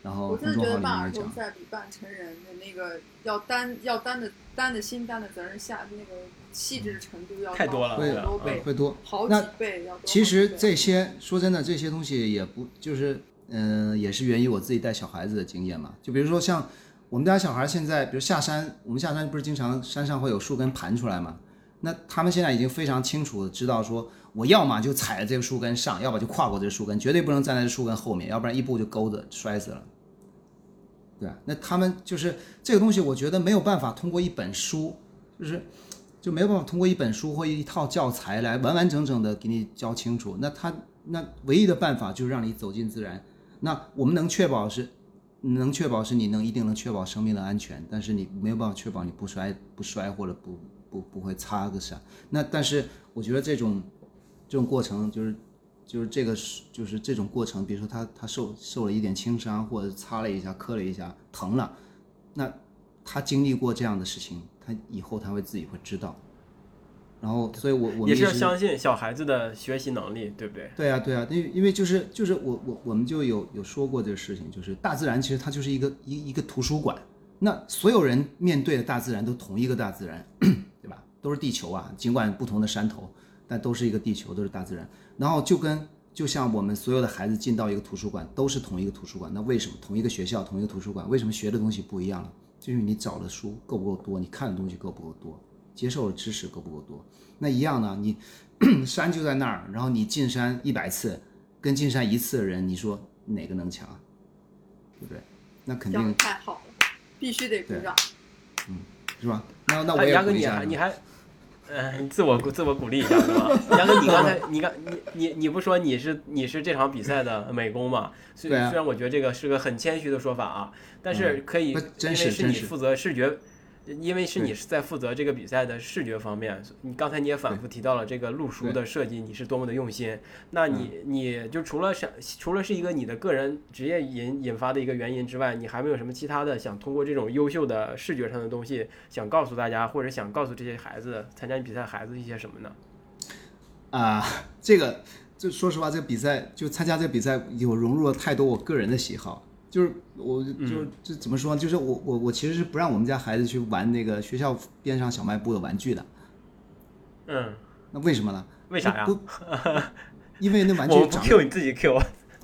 Speaker 4: 然后
Speaker 3: 我真的觉得办儿
Speaker 4: 公众号里面讲。
Speaker 3: 童赛比办成人的那个要担的心担的责任下那个细致程度要
Speaker 2: 太多了
Speaker 3: 高好多倍，
Speaker 4: 会多
Speaker 3: 好几倍要多。
Speaker 4: 其实这些说真的，这些东西也不就是也是源于我自己带小孩子的经验嘛。就比如说像我们家小孩现在，比如下山，我们下山不是经常山上会有树根盘出来嘛？那他们现在已经非常清楚的知道说，我要么就踩着这个树根上，要么就跨过这个树根，绝对不能站在这树根后面，要不然一步就勾着摔死了。对啊，那他们就是这个东西，我觉得没有办法通过一本书，就没有办法通过一本书或一套教材来完完整整的给你教清楚。那唯一的办法就是让你走进自然。那我们能确保是你一定能确保生命的安全，但是你没有办法确保你不摔或者不会擦个啥。那但是我觉得这种过程就是这个就是这种过程，比如说他受了一点轻伤，或者擦了一下磕了一下疼了，那他经历过这样的事情，他以后他会自己会知道。然后所以我们
Speaker 2: 也是要相信小孩子的学习能力，对不对？
Speaker 4: 对啊，因为就是我们就有说过这个事情，就是大自然其实它就是一个图书馆。那所有人面对的大自然都同一个大自然，对吧？都是地球啊，尽管不同的山头，但都是一个地球，都是大自然。然后就像我们所有的孩子进到一个图书馆，都是同一个图书馆。那为什么同一个学校同一个图书馆，为什么学的东西不一样了？就是你找的书够不够多，你看的东西够不够多，接受的知识够不够多。那一样呢，你山就在那儿，然后你进山100次跟进山1次的人，你说哪个能强，对不对？那肯定
Speaker 3: 太好了，必须得鼓掌，
Speaker 4: 是吧？那我也鼓励一下
Speaker 2: 你还自我鼓励一下是吧？杨哥，你刚才你不说你是这场比赛的美工嘛？虽然我觉得这个是个很谦虚的说法啊，但是可以，因为是你负责视觉。因为是你是在负责这个比赛的视觉方面，你刚才你也反复提到了这个路书的设计，你是多么的用心。那你就除了是一个你的个人职业引发的一个原因之外，你还没有什么其他的想通过这种优秀的视觉上的东西想告诉大家，或者想告诉这些孩子参加比赛孩子一些什么呢？
Speaker 4: 这个就说实话，这个比赛就参加这个比赛有融入了太多我个人的喜好。就是我就怎么说呢？就是我其实是不让我们家孩子去玩那个学校边上小卖部的玩具的。那为什么呢？
Speaker 2: 为啥呀？
Speaker 4: 因为那玩具
Speaker 2: 我不 Q 你自己 Q。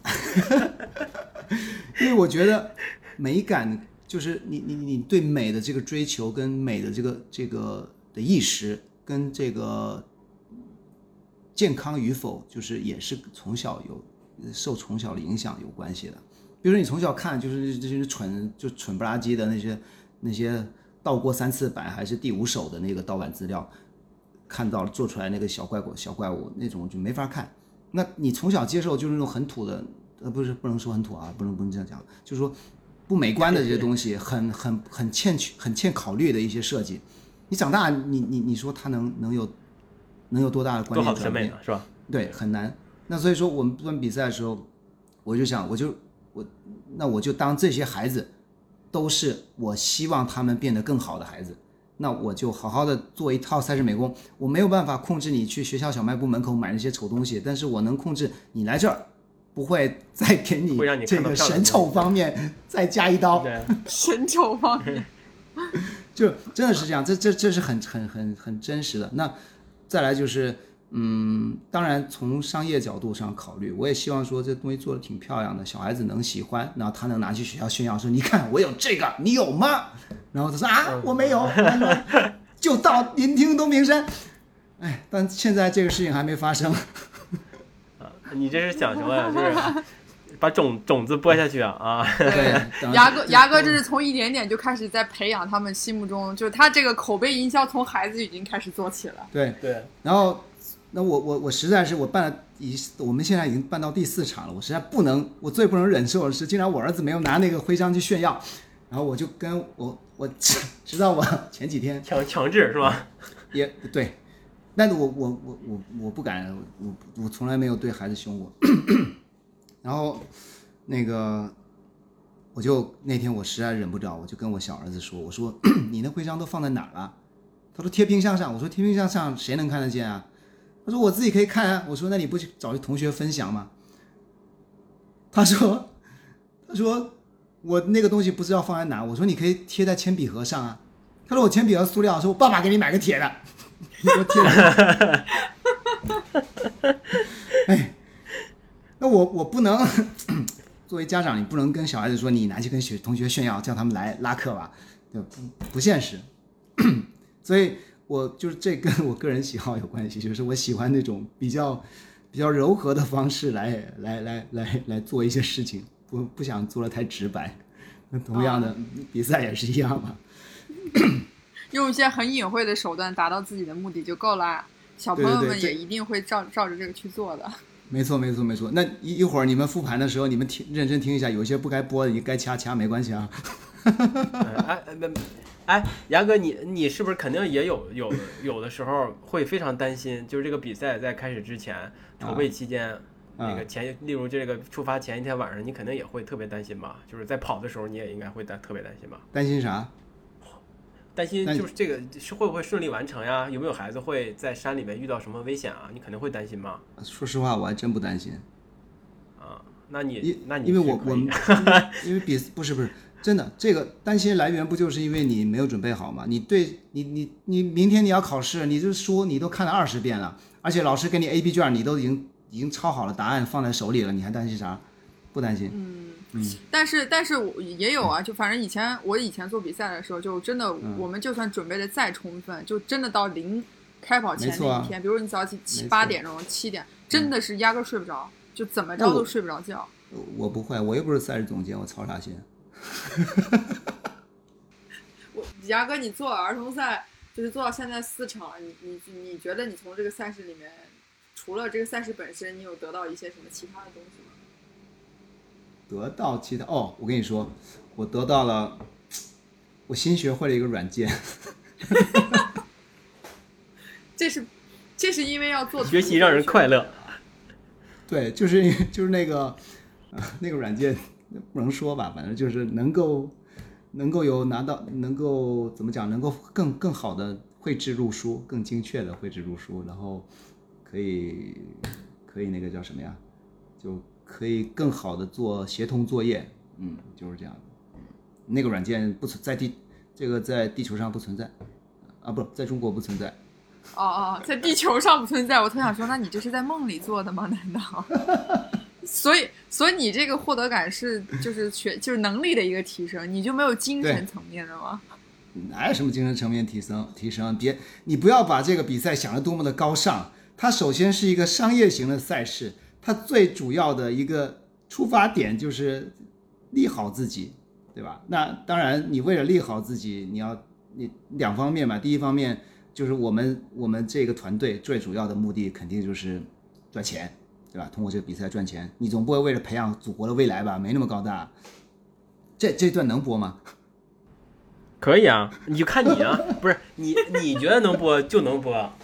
Speaker 4: 因为我觉得美感就是你对美的这个追求跟美的这个的意识跟这个健康与否，就是也是受从小的影响有关系的。比如说你从小看就是这些蠢不拉几的那些盗过3次版还是第5手的那个盗版资料，看到了做出来那个小怪物那种就没法看。那你从小接受就是那种很土的，不能说很土啊，不能这样讲，就是说不美观的这些东西，很欠考虑的一些设计。你长大你说它能有多大的观念转变？多好的审美
Speaker 2: 呢，是吧？
Speaker 4: 对，很难。那所以说我们办比赛的时候，我就想那我就当这些孩子都是我希望他们变得更好的孩子，那我就好好的做一套赛事美工。我没有办法控制你去学校小卖部门口买那些丑东西，但是我能控制你来这儿不会再给你这个神丑方面再加一刀。
Speaker 3: 神丑方面
Speaker 4: 就真的是这样，这是很真实的。那再来就是当然从商业角度上考虑，我也希望说这东西做的挺漂亮的，小孩子能喜欢，然后他能拿去学校炫耀说你看我有这个，你有吗？然后他说我没有，就到临听东平山。但现在这个事情还没发生。
Speaker 2: 你这是想什么呀？就是把种子播下去啊！
Speaker 4: 对，
Speaker 3: 牙哥这是从一点点就开始在培养他们心目中，就是他这个口碑营销从孩子已经开始做起了。
Speaker 4: 对，然后那我实在是我们现在已经办到第4场了，我实在我最不能忍受的是，竟然我儿子没有拿那个徽章去炫耀，然后我就跟我直到我前几天
Speaker 2: 强制是吧？
Speaker 4: 也对，但是我不敢，我从来没有对孩子凶过。然后那个那天我实在忍不着，我就跟我小儿子说，我说你那徽章都放在哪儿了？他说贴冰箱上。我说贴冰箱上谁能看得见啊？他说我自己可以看啊。我说那你不去找同学分享吗？他说我那个东西不知道放在哪，我说你可以贴在铅笔盒上啊。他说我铅笔盒塑料，我说我爸爸给你买个铁的。你说贴的。哎，那我不能作为家长，你不能跟小孩子说你拿去跟同学炫耀，叫他们来拉客吧，对，不现实。所以我就是这跟我个人喜好有关系，就是我喜欢那种比较柔和的方式来做一些事情，不想做得太直白。同样的，比赛也是一样嘛。
Speaker 3: 用一些很隐晦的手段达到自己的目的就够了。小朋友们也一定会照着这个去做的。
Speaker 4: 没错。那一会儿你们复盘的时候，你们认真听一下，有些不该播的你该掐没关系啊。
Speaker 2: 牙哥，你是不是肯定也有的时候会非常担心，就是这个比赛在开始之前筹备期间，那个例如这个出发前一天晚上，你肯定也会特别担心吧？就是在跑的时候，你也应该会特别担心吧？
Speaker 4: 担心啥？
Speaker 2: 担心就是这个会不会顺利完成呀？有没有孩子会在山里面遇到什么危险啊？你肯定会担心吗？
Speaker 4: 说实话，我还真不担心。
Speaker 2: 啊，那你
Speaker 4: 因为我因为不是真的，这个担心来源不就是因为你没有准备好吗？你明天你要考试，你这书你都看了20遍了，而且老师给你 A B 卷，你都已经抄好了答案放在手里了，你还担心啥？不担心。
Speaker 3: 但是我也有啊，就反正我以前做比赛的时候，就真的我们就算准备的再充分，就真的到临开跑前那一天，比如你早起8点钟7点，真的是压根睡不着，就怎么着都睡不着觉。
Speaker 4: 我不会，我又不是赛事总监，我操啥心？
Speaker 3: 牙哥，你做儿童赛就是做到现在4场，你觉得你从这个赛事里面，除了这个赛事本身，你有得到一些什么其他的东西吗？
Speaker 4: 得到其他我跟你说，我得到了，我新学会了一个软件。这
Speaker 3: 是因为要做
Speaker 2: 学习让人快乐。
Speaker 4: 对，就是那个软件不能说吧，反正就是能够有拿到，能够怎么讲，能够更好的绘制入书，更精确的绘制入书，然后可以那个叫什么呀，就可以更好的做协同作业，就是这样的。那个软件不存在在地球上不存在，不在中国不存在。
Speaker 3: 在地球上不存在。我特想说，那你这是在梦里做的吗？难道？所以你这个获得感是就是能力的一个提升，你就没有精神层面的吗？
Speaker 4: 哪有什么精神层面提升？你不要把这个比赛想得多么的高尚。它首先是一个商业型的赛事，它最主要的一个出发点就是利好自己，对吧？那当然，你为了利好自己，你两方面嘛。第一方面就是我们这个团队最主要的目的肯定就是赚钱，对吧？通过这个比赛赚钱，你总不会为了培养祖国的未来吧？没那么高大。这段能播吗？
Speaker 2: 可以啊，你就看你啊，不是你觉得能播就能播啊。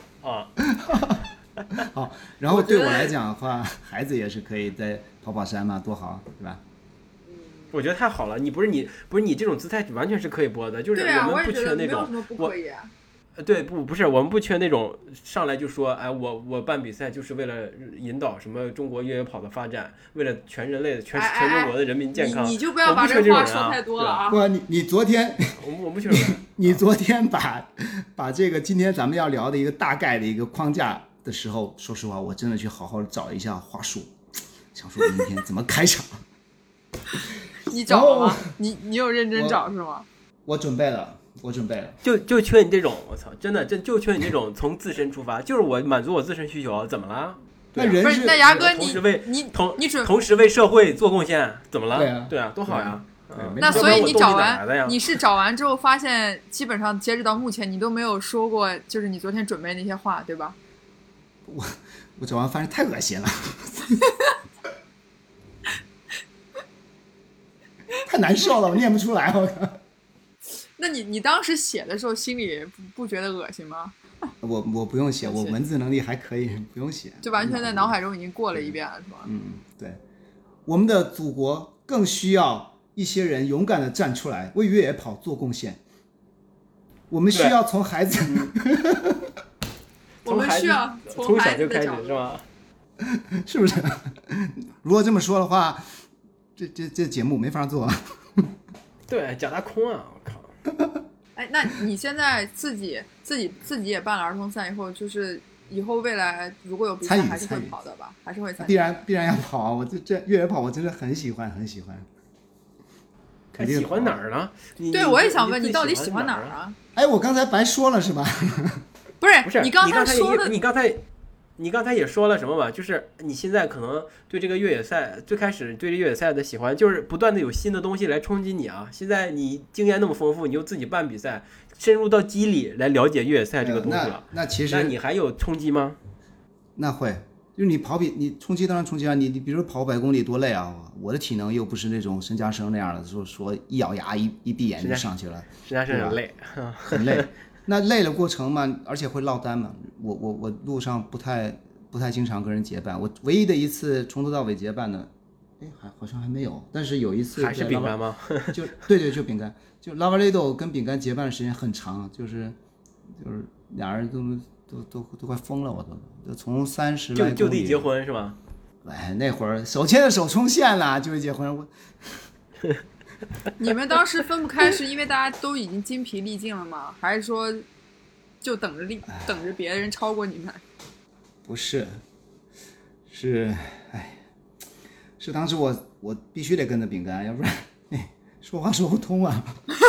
Speaker 4: 好，然后对我来讲的话，孩子也是可以在跑山嘛，多好，对吧？
Speaker 2: 我觉得太好了，不是你这种姿态完全是可以播的，就是我们不缺那种。不是我们不缺那种上来就说，哎，我办比赛就是为了引导什么中国越野跑的发展，为了全人类全中国的人民健康。
Speaker 3: 你就不要把这话说太多了啊！
Speaker 4: 不，你昨天
Speaker 2: 我不缺。
Speaker 4: 你昨天把这个今天咱们要聊的一个大概的一个框架的时候，说实话，我真的去好好找一下话术，想说明天怎么开场。
Speaker 3: 你找了吗？你有认真找是吗？
Speaker 4: 我准备了。
Speaker 2: 就缺你这种，我操，真的就缺你这种从自身出发，就是我满足我自身需求，怎么了？
Speaker 4: 那人是
Speaker 3: 那牙哥
Speaker 2: 同时为社会做贡献，怎么了？对啊，多好呀！
Speaker 3: 那所以你找完之后，发现基本上截止到目前，你都没有说过，就是你昨天准备那些话，对吧？
Speaker 4: 我找完发现太恶心了，太难受了，我念不出来，我靠。
Speaker 3: 那你当时写的时候心里不觉得恶心吗？
Speaker 4: 我不用写，我文字能力还可以，不用写，
Speaker 3: 就完全在脑海中已经过了一遍了，是吧？
Speaker 4: 对，我们的祖国更需要一些人勇敢的站出来为越野跑做贡献。我们需要从孩子，
Speaker 3: 我们需要
Speaker 2: 从小就开始，是吧？
Speaker 4: 是不是？如果这么说的话，这节目没法做。
Speaker 2: 对，假大空啊！我靠。
Speaker 3: 哎，那你现在自己也办了儿童赛以后，就是以后未来如果有比赛还是会跑的吧？还是会参与？
Speaker 4: 必然要跑啊！我这越野跑我真的很喜欢。肯定
Speaker 2: 喜欢哪儿呢？
Speaker 3: 对，我也想问你到底喜欢哪儿啊？
Speaker 4: 哎，我刚才白说了是吧？
Speaker 3: 不是，你刚才说的，
Speaker 2: 你刚才也说了什么吧？就是你现在可能对这个越野赛最开始对这越野赛的喜欢，就是不断的有新的东西来冲击你啊！现在你经验那么丰富，你又自己办比赛，深入到肌理来了解越野赛这个东西了。
Speaker 4: 那其实
Speaker 2: 那你还有冲击吗？
Speaker 4: 那会，就是你冲击当然冲击啊！你比如说跑100公里多累啊！我的体能又不是那种申嘉生那样的，说一咬牙一闭眼就上去了。
Speaker 2: 申嘉生很累，
Speaker 4: 很累。那累的过程嘛，而且会落单嘛。我路上不太经常跟人结伴，我唯一的一次从头到尾结伴的，哎，好像还没有。但是有一次
Speaker 2: 还是饼干吗？
Speaker 4: 对，就饼干，就拉瓦雷多跟饼干结伴的时间很长，就是俩人都快疯了，我都从30来公里
Speaker 2: 就地结婚是吧？
Speaker 4: 哎，那会儿手牵着手冲线了，就会结婚。我
Speaker 3: 你们当时分不开，是因为大家都已经精疲力尽了吗？还是说就等着别人超过你们？
Speaker 4: 不是，是当时我必须得跟着饼干，要不然说话说不通啊。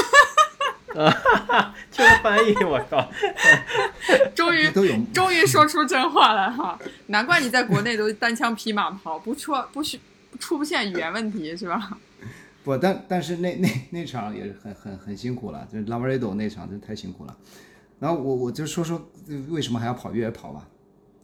Speaker 2: 这个翻译我靠，
Speaker 3: 终于说出真话了哈！难怪你在国内都单枪匹马跑，出不现语言问题是吧？
Speaker 4: 不，但是那场也是很辛苦了，就是拉瓦雷多那场真太辛苦了。然后我就说为什么还要跑越野跑吧，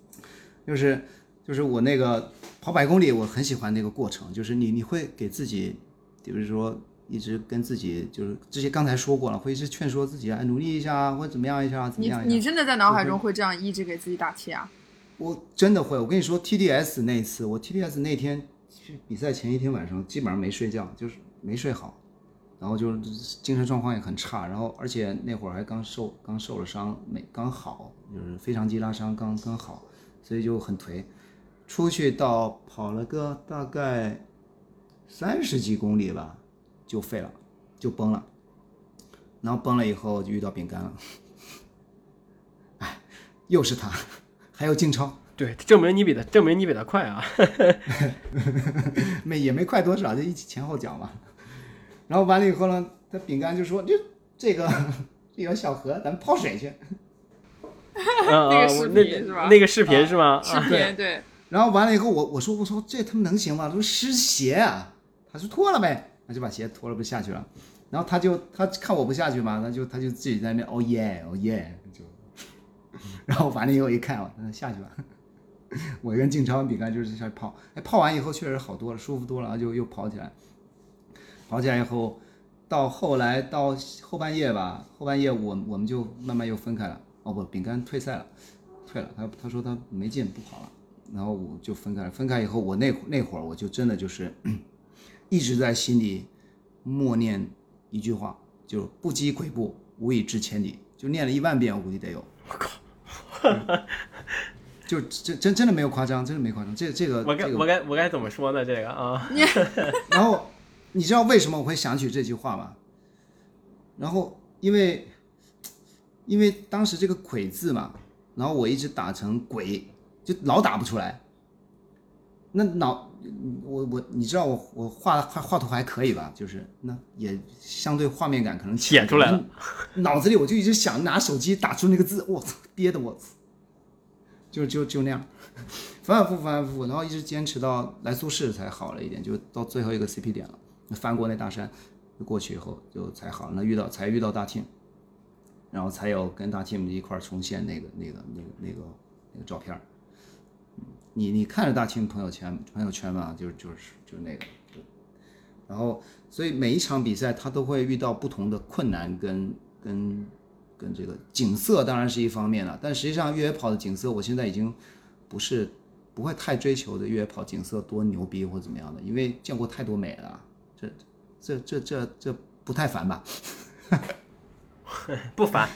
Speaker 4: 就是我那个跑100公里，我很喜欢那个过程，就是你会给自己，比如说一直跟自己，就是这些刚才说过了，会一直劝说自己努力一下，或者怎么样一下，
Speaker 3: 你真的在脑海中会这样一直给自己打气啊？
Speaker 4: 我真的会，我跟你说 TDS 那一次，我 TDS 那天去比赛前一天晚上基本上没睡觉，就是没睡好，然后就是精神状况也很差，然后而且那会儿还刚受了伤，刚好就是腓肠肌拉伤刚好，所以就很颓。出去到跑了个大概30几公里吧，就废了，就崩了。然后崩了以后就遇到饼干了，哎，又是他，还有静超。
Speaker 2: 对，证明你比他快啊。
Speaker 4: 也没快多少，就一起前后脚嘛。然后完了以后呢，他饼干就说：“这个小河，咱们泡水去。”
Speaker 3: 那个视频是吧？
Speaker 2: 那个视频是吗？
Speaker 3: 视频对。
Speaker 4: 然后完了以后，我说这他妈能行吗？他说湿鞋啊，他说脱了呗，那就把鞋脱了不下去了。然后他看我不下去嘛，他就自己在那边哦耶就，然后完了以后一看，那下去吧。我跟静超饼干就是下去泡，泡完以后确实好多了，舒服多了，就又跑起来。跑起来以后，到后来到后半夜吧，我们就慢慢又分开了。哦不，饼干退赛了，退了。他说他没劲不跑了，然后我就分开了。分开以后，我那会儿我就真的就是一直在心里默念一句话，就不积跬步，无以至千里，就念了10000遍，我估计得有。我靠！就真的没有夸张，真的没夸张。这个
Speaker 2: 我该怎么说呢？这个啊，
Speaker 4: 然后你知道为什么我会想起这句话吗？然后因为当时这个跬字嘛，然后我一直打成鬼，就老打不出来。那你知道我画图还可以吧？就是那也相对画面感可能
Speaker 2: 写出来了。
Speaker 4: 脑子里我就一直想拿手机打出那个字，我操，憋得我。就那样，反反复复，然后一直坚持到来苏市才好了一点，就到最后一个 CP 点了，翻过那大山，过去以后就才好了。那才遇到大 team， 然后才有跟大 team 一块重现那个照片。你看着大 team 朋友圈嘛，就是那个，然后所以每一场比赛他都会遇到不同的困难跟这个景色当然是一方面了，但实际上越野跑的景色，我现在已经不会太追求的越野跑景色多牛逼或怎么样的，因为见过太多美了，这不太烦吧？
Speaker 2: 不烦，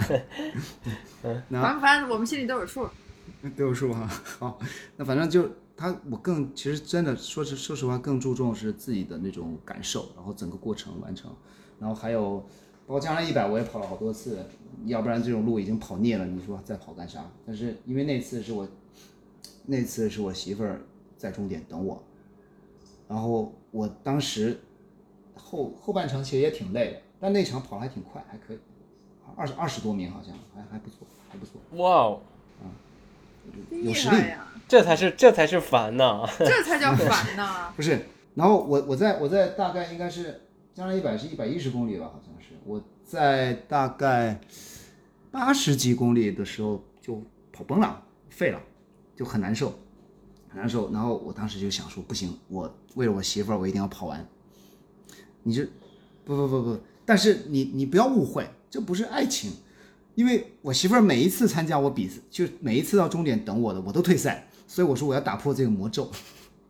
Speaker 3: 烦不烦？我们心里都有数。
Speaker 4: 都有数哈。好，那反正就我更其实真的说实话更注重是自己的那种感受，然后整个过程完成，然后还有包括江南100我也跑了好多次，要不然这种路已经跑腻了，你说再跑干啥？但是因为那次是我媳妇儿在终点等我，然后我当时后半程其实也挺累的，但那场跑得还挺快，还可以，20多名好像还不错。
Speaker 2: 哇哦，
Speaker 4: 有实力
Speaker 3: 呀！
Speaker 2: 这才是烦呐，
Speaker 3: 这才叫烦呐！
Speaker 4: 不是，然后我在大概应该是江南100是110公里吧，好像是我在大概80几公里的时候就跑崩了，废了，就很难受。然后我当时就想说，不行，我为了我媳妇儿，我一定要跑完。你这不，但是你不要误会，这不是爱情。因为我媳妇儿每一次参加我比赛，就每一次到终点等我的，我都退赛，所以我说我要打破这个魔咒。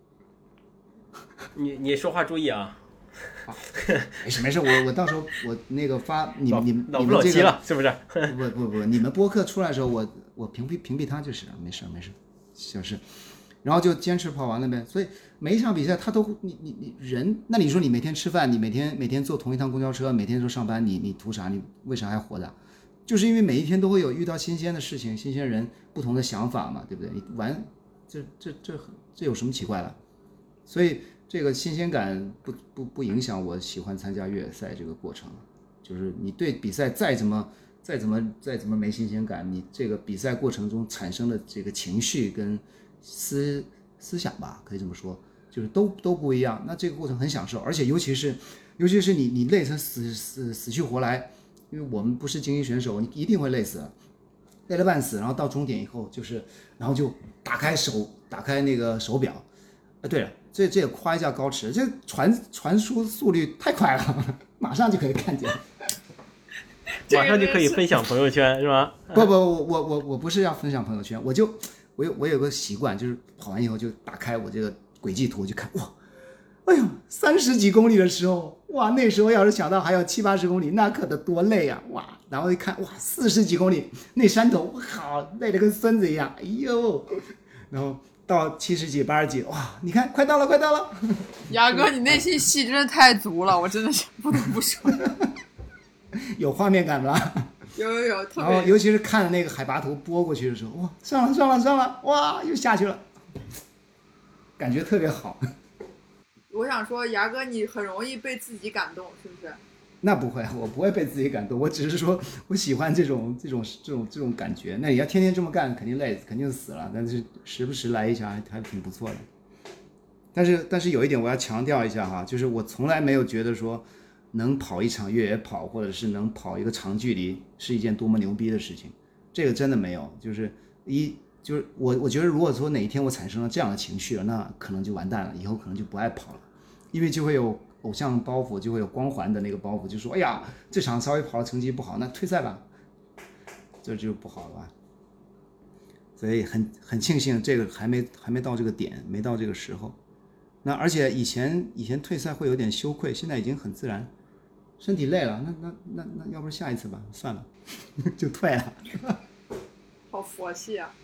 Speaker 2: 你说话注意啊！
Speaker 4: 没事，我到时候我那个发你们这个
Speaker 2: 了是不是？
Speaker 4: 不，你们播客出来的时候，我屏蔽他就是了，没事，小事。然后就坚持跑完了呗。所以每一场比赛他都你人，那你说你每天吃饭，你每天坐同一趟公交车，每天都上班，你图啥？你为啥还活着？就是因为每一天都会有遇到新鲜的事情、新鲜人、不同的想法嘛，对不对？你玩，这有什么奇怪的？所以这个新鲜感不影响我喜欢参加越野赛这个过程。就是你对比赛再怎么没新鲜感，你这个比赛过程中产生的这个情绪跟思想吧，可以这么说，就是都不一样。那这个过程很享受，而且尤其是你累成死去活来。因为我们不是精英选手，你一定会累死，累得半死，然后到终点以后然后就打开那个手表，对了，这也夸一下高驰，这传输速率太快了，马上就可以看见，
Speaker 2: 马上就可以分享朋友圈是吧？
Speaker 4: 不，我不是要分享朋友圈，我有个习惯，就是跑完以后就打开我这个轨迹图就看，哇，哎呦，30几公里的时候。哇，那时候要是想到还有70、80公里，那可得多累啊！哇，然后一看，哇，40几公里那山头，我靠，累得跟孙子一样，哎呦！然后到70几、80几，哇，你看，快到了！
Speaker 3: 牙哥，你内心戏真的太足了，我真的是不得不说，
Speaker 4: 有画面感吧？
Speaker 3: 有，特别。
Speaker 4: 然后尤其是看了那个海拔图拨过去的时候，哇，上了，哇，又下去了，感觉特别好。
Speaker 3: 我想说，牙哥，你很容易被自己感动，是不是？
Speaker 4: 那不会，我不会被自己感动，我只是说我喜欢这种感觉。那你要天天这么干，肯定累，肯定死了。但是时不时来一下还挺不错的。但是有一点我要强调一下哈，就是我从来没有觉得说能跑一场越野跑，或者是能跑一个长距离是一件多么牛逼的事情，这个真的没有。就是我觉得如果说哪一天我产生了这样的情绪了，那可能就完蛋了，以后可能就不爱跑了。因为就会有偶像包袱，就会有光环的那个包袱，就说哎呀，这场稍微跑的成绩不好，那退赛吧，这就不好了吧。所以很庆幸这个还没到这个点，没到这个时候。那而且以前退赛会有点羞愧，现在已经很自然。身体累了，那要不下一次吧，算了，就退了。
Speaker 3: 好佛系啊！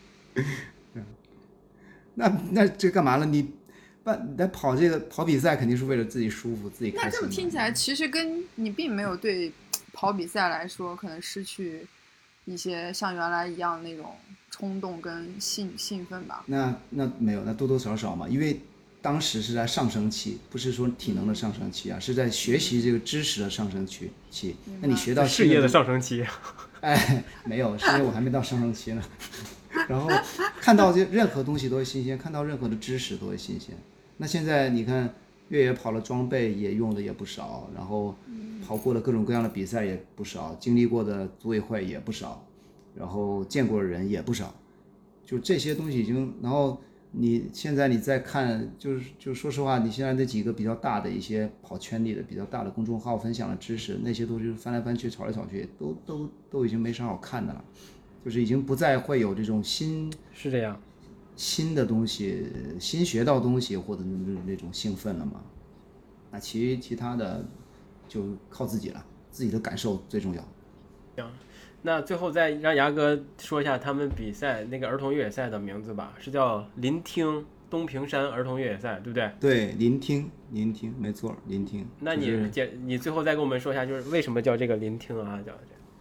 Speaker 4: 那这干嘛了？你跑比赛肯定是为了自己舒服、自己开心。
Speaker 3: 那这么听起来，其实跟你并没有对跑比赛来说，可能失去一些像原来一样那种冲动跟兴奋吧？
Speaker 4: 那没有，那多多少少嘛，因为当时是在上升期，不是说体能的上升期啊，是在学习这个知识的上升期。那你学到
Speaker 2: 事业的上升期？
Speaker 4: 哎，没有，是因为我还没到上升期呢。然后看到任何东西都会新鲜，看到任何的知识都会新鲜。那现在你看越野跑的装备也用的也不少，然后跑过的各种各样的比赛也不少，经历过的组委会也不少，然后见过的人也不少，就这些东西已经，然后你现在你再看，就说实话，你现在这几个比较大的一些跑圈里的比较大的公众号分享的知识，那些都是翻来翻去炒来炒去，都已经没啥好看的了，就是已经不再会有这种
Speaker 2: 是这样
Speaker 4: 新的东西，新学到东西或者那种兴奋了嘛。那其他的就靠自己了，自己的感受最重要。
Speaker 2: 行，那最后再让牙哥说一下他们比赛那个儿童越野赛的名字吧，是叫聆听东平山儿童越野赛，对不对？
Speaker 4: 对，聆听，没错，聆听。
Speaker 2: 那你最后再跟我们说一下，就是为什么叫这个聆听啊？叫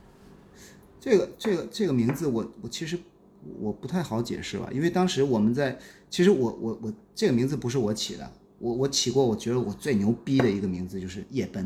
Speaker 4: 这个名字我其实我不太好解释吧，因为当时我们其实我这个名字不是我起的，我起过我觉得我最牛逼的一个名字就是夜奔。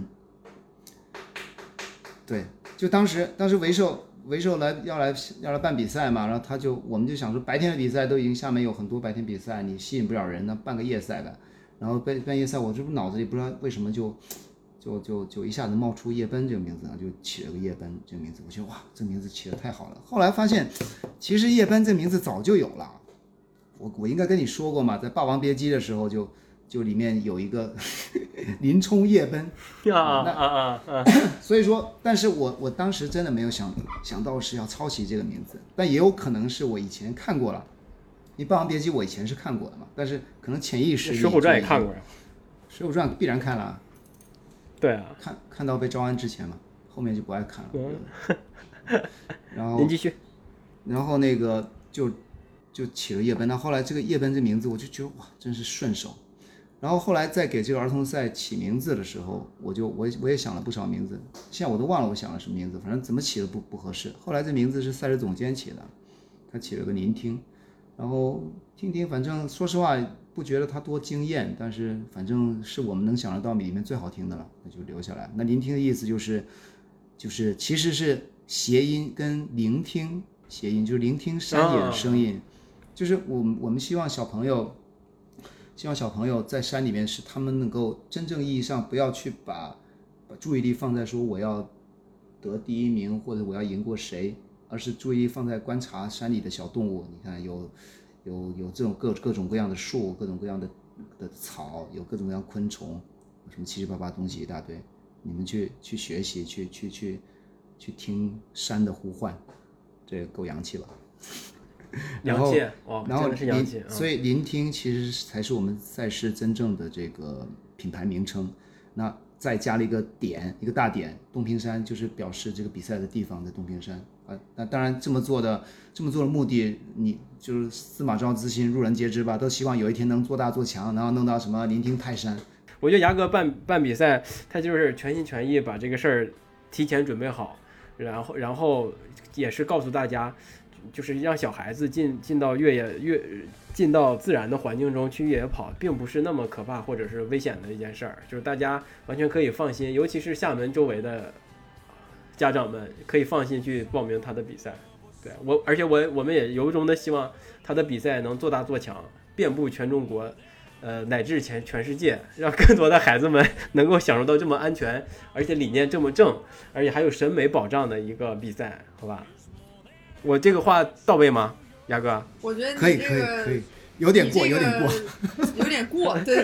Speaker 4: 对，就当时维寿要来办比赛嘛，然后我们就想说白天的比赛都已经下面有很多白天比赛，你吸引不了人，那办个夜赛呗。然后办夜赛，我这不脑子里不知道为什么就一下子冒出夜奔这个名字，就起了个夜奔这个名字。我觉得哇，这名字起得太好了。后来发现，其实夜奔这名字早就有了。我应该跟你说过嘛，在《霸王别姬》的时候就里面有一个林冲夜奔所以说，但是我当时真的没有想到是要抄袭这个名字，但也有可能是我以前看过了。因为《霸王别姬》我以前是看过的嘛，但是可能潜意识里。
Speaker 2: 《水浒传》也看过呀，
Speaker 4: 《水浒传》必然看了。
Speaker 2: 对啊，
Speaker 4: 看到被招安之前嘛，后面就不爱看了。然后
Speaker 2: 您继续。
Speaker 4: 然后那个就起了夜奔，那后来这个夜奔这名字我就觉得哇，真是顺手。然后后来在给这个儿童赛起名字的时候，我也想了不少名字，现在我都忘了我想了什么名字，反正怎么起的不合适。后来这名字是赛事总监起的，他起了个聆听，然后听，反正说实话不觉得他多惊艳，但是反正是我们能想得到里面最好听的了，那就留下来。那聆听的意思就是其实是谐音跟聆听谐音，就是聆听山野的声音，就是我们希望小朋友在山里面是他们能够真正意义上不要去把注意力放在说我要得第一名或者我要赢过谁，而是注意力放在观察山里的小动物。你看有这种各种各样的树，各种各样的草，有各种各样昆虫，什么七七八八东西一大堆，你们去学习，去听山的呼唤，这够洋气吧？
Speaker 2: 洋气，
Speaker 4: 然后
Speaker 2: 真的是洋气。
Speaker 4: 所以聆听其实才是我们赛事真正的这个品牌名称。那再加了一个大点，东平山就是表示这个比赛的地方在东平山啊。那当然这么做的目的，你就是司马昭之心，路人皆知吧，都希望有一天能做大做强，然后弄到什么聆听泰山。
Speaker 2: 我觉得牙哥办比赛，他就是全心全意把这个事儿提前准备好，然后也是告诉大家，就是让小孩子进到自然的环境中去越野跑，并不是那么可怕或者是危险的一件事儿，就是大家完全可以放心，尤其是厦门周围的家长们可以放心去报名他的比赛。对，而且我们也由衷的希望他的比赛能做大做强，遍布全中国，乃至全世界，让更多的孩子们能够享受到这么安全，而且理念这么正，而且还有审美保障的一个比赛，好吧？我这个话到位吗，牙哥？
Speaker 3: 我觉得
Speaker 4: 可以，有点过，
Speaker 3: 有点过，对。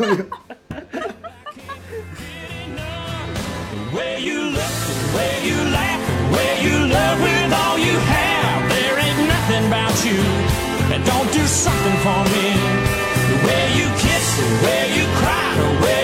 Speaker 1: Where you look, where you laugh, where you love with all you have, there ain't nothing about you that don't do something for me. Where you kiss, where you cry, where